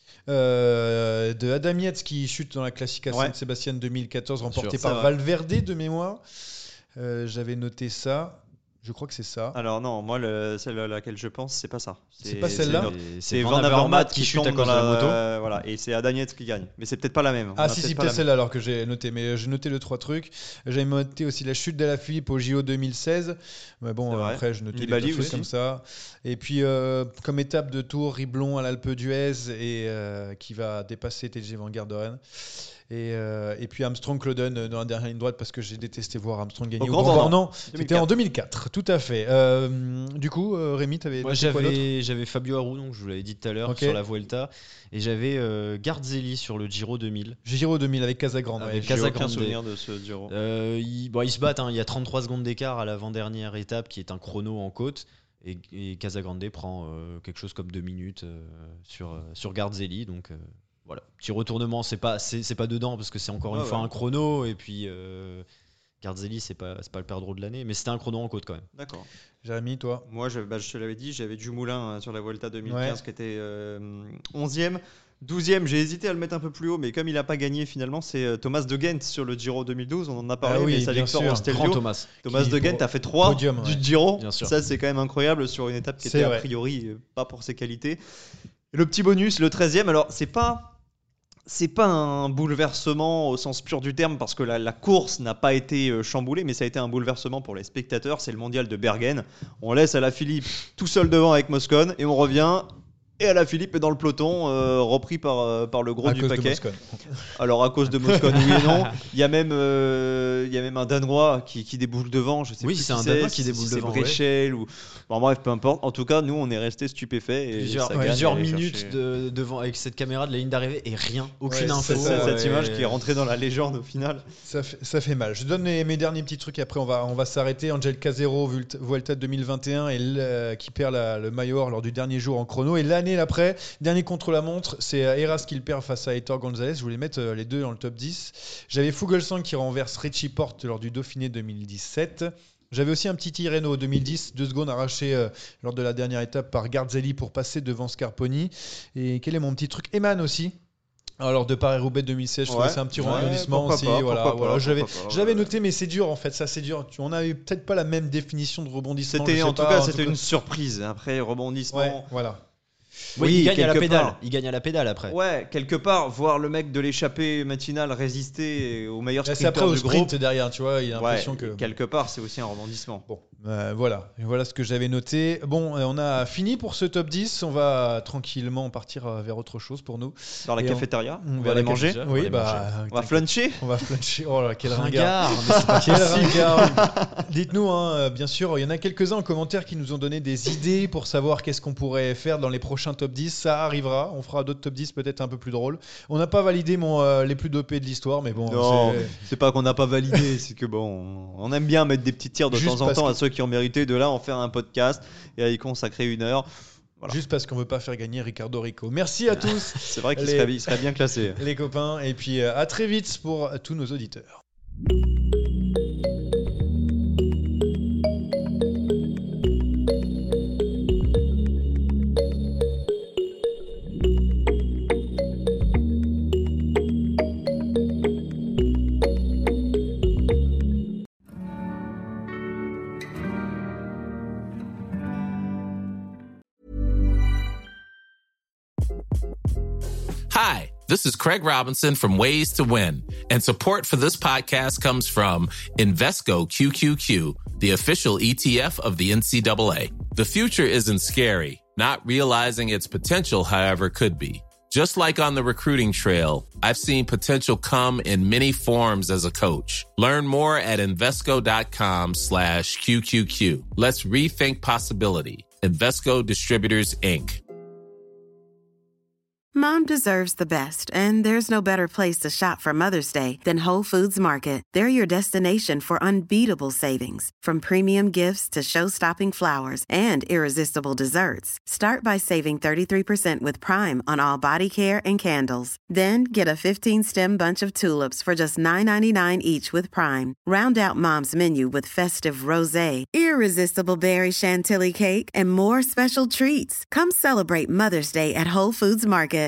Euh, de Adam Yates qui chute dans la Classica ouais. Saint-Sébastien deux mille quatorze remportée par Valverde de mémoire. Euh, j'avais noté ça. Je crois que c'est ça. Alors non, moi le, celle à laquelle je pense, c'est pas ça. C'est, c'est pas celle-là. C'est, c'est, c'est Van Avermaet qui, qui chute à cause de la moto. Euh, voilà, et c'est Adam Yates qui gagne. Mais c'est peut-être pas la même. Ah si si, peut-être celle-là alors que j'ai noté. Mais j'ai noté les trois trucs. J'avais noté aussi la chute d'Alaphilippe au J O deux mille seize. Mais bon, après je notais des trucs comme ça. Et puis euh, comme étape de Tour, Riblon à l'Alpe d'Huez et euh, qui va dépasser T J Van Garderen. Et, euh, et puis Armstrong Clauden dans la dernière ligne droite parce que j'ai détesté voir Armstrong gagner au, au Grand Bornand. C'était en deux mille quatre, tout à fait. Euh, du coup, euh, Rémi, tu avais Moi, j'avais, j'avais Fabio Aru, donc je vous l'avais dit tout à l'heure, okay. sur la Vuelta. Et j'avais euh, Garzelli sur le Giro deux mille. Giro deux mille avec Casagrande. Avec ouais, j'ai aucun souvenir de ce Giro. Euh, ils, bon, ils se battent, hein, il y a trente-trois secondes d'écart à l'avant-dernière étape qui est un chrono en côte. Et, et Casagrande prend euh, quelque chose comme deux minutes euh, sur, euh, sur Garzelli. Donc. Euh, Voilà, petit retournement, c'est pas, c'est, c'est pas dedans parce que c'est encore une ah, fois ouais. un chrono et puis euh, Garzelli, c'est pas, c'est pas le perdreau de l'année, mais c'était un chrono en côte quand même. D'accord. Jérémy, toi? Moi, je, bah, je te l'avais dit, j'avais Dumoulin hein, sur la Vuelta deux mille quinze Ouais. qui était euh, onzième. douzième, j'ai hésité à le mettre un peu plus haut, mais comme il n'a pas gagné finalement, c'est euh, Thomas de Gent sur le Giro deux mille douze. On en a parlé, Ah oui, mais sa bien victoire sûr. en Stelvio. Grand Thomas. Thomas Qui de Gent pour- a fait trois podium, ouais. du Giro. Bien sûr. Ça, c'est quand même incroyable sur une étape qui C'est était vrai. a priori euh, pas pour ses qualités. Et le petit bonus, le treizième, alors c'est pas. C'est pas un bouleversement au sens pur du terme parce que la, la course n'a pas été euh, chamboulée, mais ça a été un bouleversement pour les spectateurs. C'est le mondial de Bergen. On laisse Alaphilippe tout seul devant avec Moscon et on revient. Et Alaphilippe est dans le peloton, euh, repris par, euh, par le gros À du cause de paquet. Moscon. Alors à cause de Moscon, oui et non. Il y a même, euh, il y a même un Danois qui, qui déboule devant. Je sais Oui, plus c'est qui un Danois qui si déboule c'est devant, Brechel ou. Bon, bref, peu importe. En tout cas, nous, on est restés stupéfaits. Et Plusieurs, Sagan est plusieurs allé minutes chercher- de, devant avec cette caméra de la ligne d'arrivée et rien, aucune Ouais, info. C'est ça, cette euh, image et- qui est rentrée dans la légende au final. Ça fait, ça fait mal. Je donne mes, mes derniers petits trucs et après on va, on va s'arrêter. Angel Casero, Vult- Vuelta deux mille vingt et un, et le- euh, qui perd la- le maillot or lors du dernier jour en chrono. Et l'année après, dernier contre-la-montre, c'est euh, Heras qui le perd face à Heitor Gonzalez. Je voulais mettre euh, les deux dans le top dix. J'avais Fuglsang qui renverse Richie Porte lors du Dauphiné deux mille dix-sept. J'avais aussi un petit Tirreno deux mille dix, deux secondes arrachées euh, lors de la dernière étape par Garzelli pour passer devant Scarponi. Et quel est mon petit truc? Eman aussi. Alors de Paris-Roubaix deux mille seize, je trouvais Ouais, c'est un petit ouais, rebondissement pourquoi aussi. pas, voilà, pourquoi voilà. pas, Je l'avais, pourquoi pas, je l'avais ouais. noté, mais c'est dur en fait. Ça, c'est dur. Tu- On n'avait peut-être pas la même définition de rebondissement. je C'était sais en tout pas, cas, en c'était tout une surprise. Après rebondissement. Ouais, voilà. Oui, Oui, il gagne à la quelque pédale. part. Il gagne à la pédale après. Ouais, quelque part, voir le mec de l'échappée matinale résister au meilleur Là, c'est après sprinter au du sprint groupe. derrière, tu vois. Il y a Ouais, l'impression que. quelque part, c'est aussi un rebondissement. Bon, euh, voilà, Et voilà ce que j'avais noté. Bon, euh, on a fini pour ce top dix. On va tranquillement partir euh, vers autre chose pour nous. Dans la Et on- cafétéria, on on va va à aller la manger. cafétéria. on va Oui, aller bah. On va fluncher. On va fluncher. Oh là, quel ringard. Ringard, mais c'est pas Quel possible. ringard. Dites-nous, hein, euh, bien sûr, il y en a quelques-uns en commentaire qui nous ont donné des idées pour savoir qu'est-ce qu'on pourrait faire dans les prochains top dix. Ça arrivera. On fera d'autres top dix peut-être un peu plus drôles. On n'a pas validé mon, euh, les plus dopés de l'histoire, mais bon. Non, c'est- c'est pas qu'on n'a pas validé, c'est que bon, on aime bien mettre des petits tirs de Juste temps en parce temps que- à ceux qui ont mérité de là en faire un podcast et à y consacrer une heure. Voilà. Juste parce qu'on veut pas faire gagner Ricardo Rico. Merci à tous, C'est vrai qu'il Les- serait, il serait bien classé. les copains, et puis euh, à très vite pour tous nos auditeurs. Hi, this is Craig Robinson from Ways to Win, and support for this podcast comes from Invesco Q Q Q, the official E T F of the N C double A. The future isn't scary. Not realizing its potential, however, could be. Just like on the recruiting trail, I've seen potential come in many forms as a coach. Learn more at Invesco.com slash QQQ. Let's rethink possibility. Invesco Distributors, Incorporated. Mom deserves the best, and there's no better place to shop for Mother's Day than Whole Foods Market. They're your destination for unbeatable savings, from premium gifts to show-stopping flowers and irresistible desserts. Start by saving thirty-three percent with Prime on all body care and candles. Then get a fifteen-stem bunch of tulips for just nine ninety-nine each with Prime. Round out Mom's menu with festive rosé, irresistible berry chantilly cake, and more special treats. Come celebrate Mother's Day at Whole Foods Market.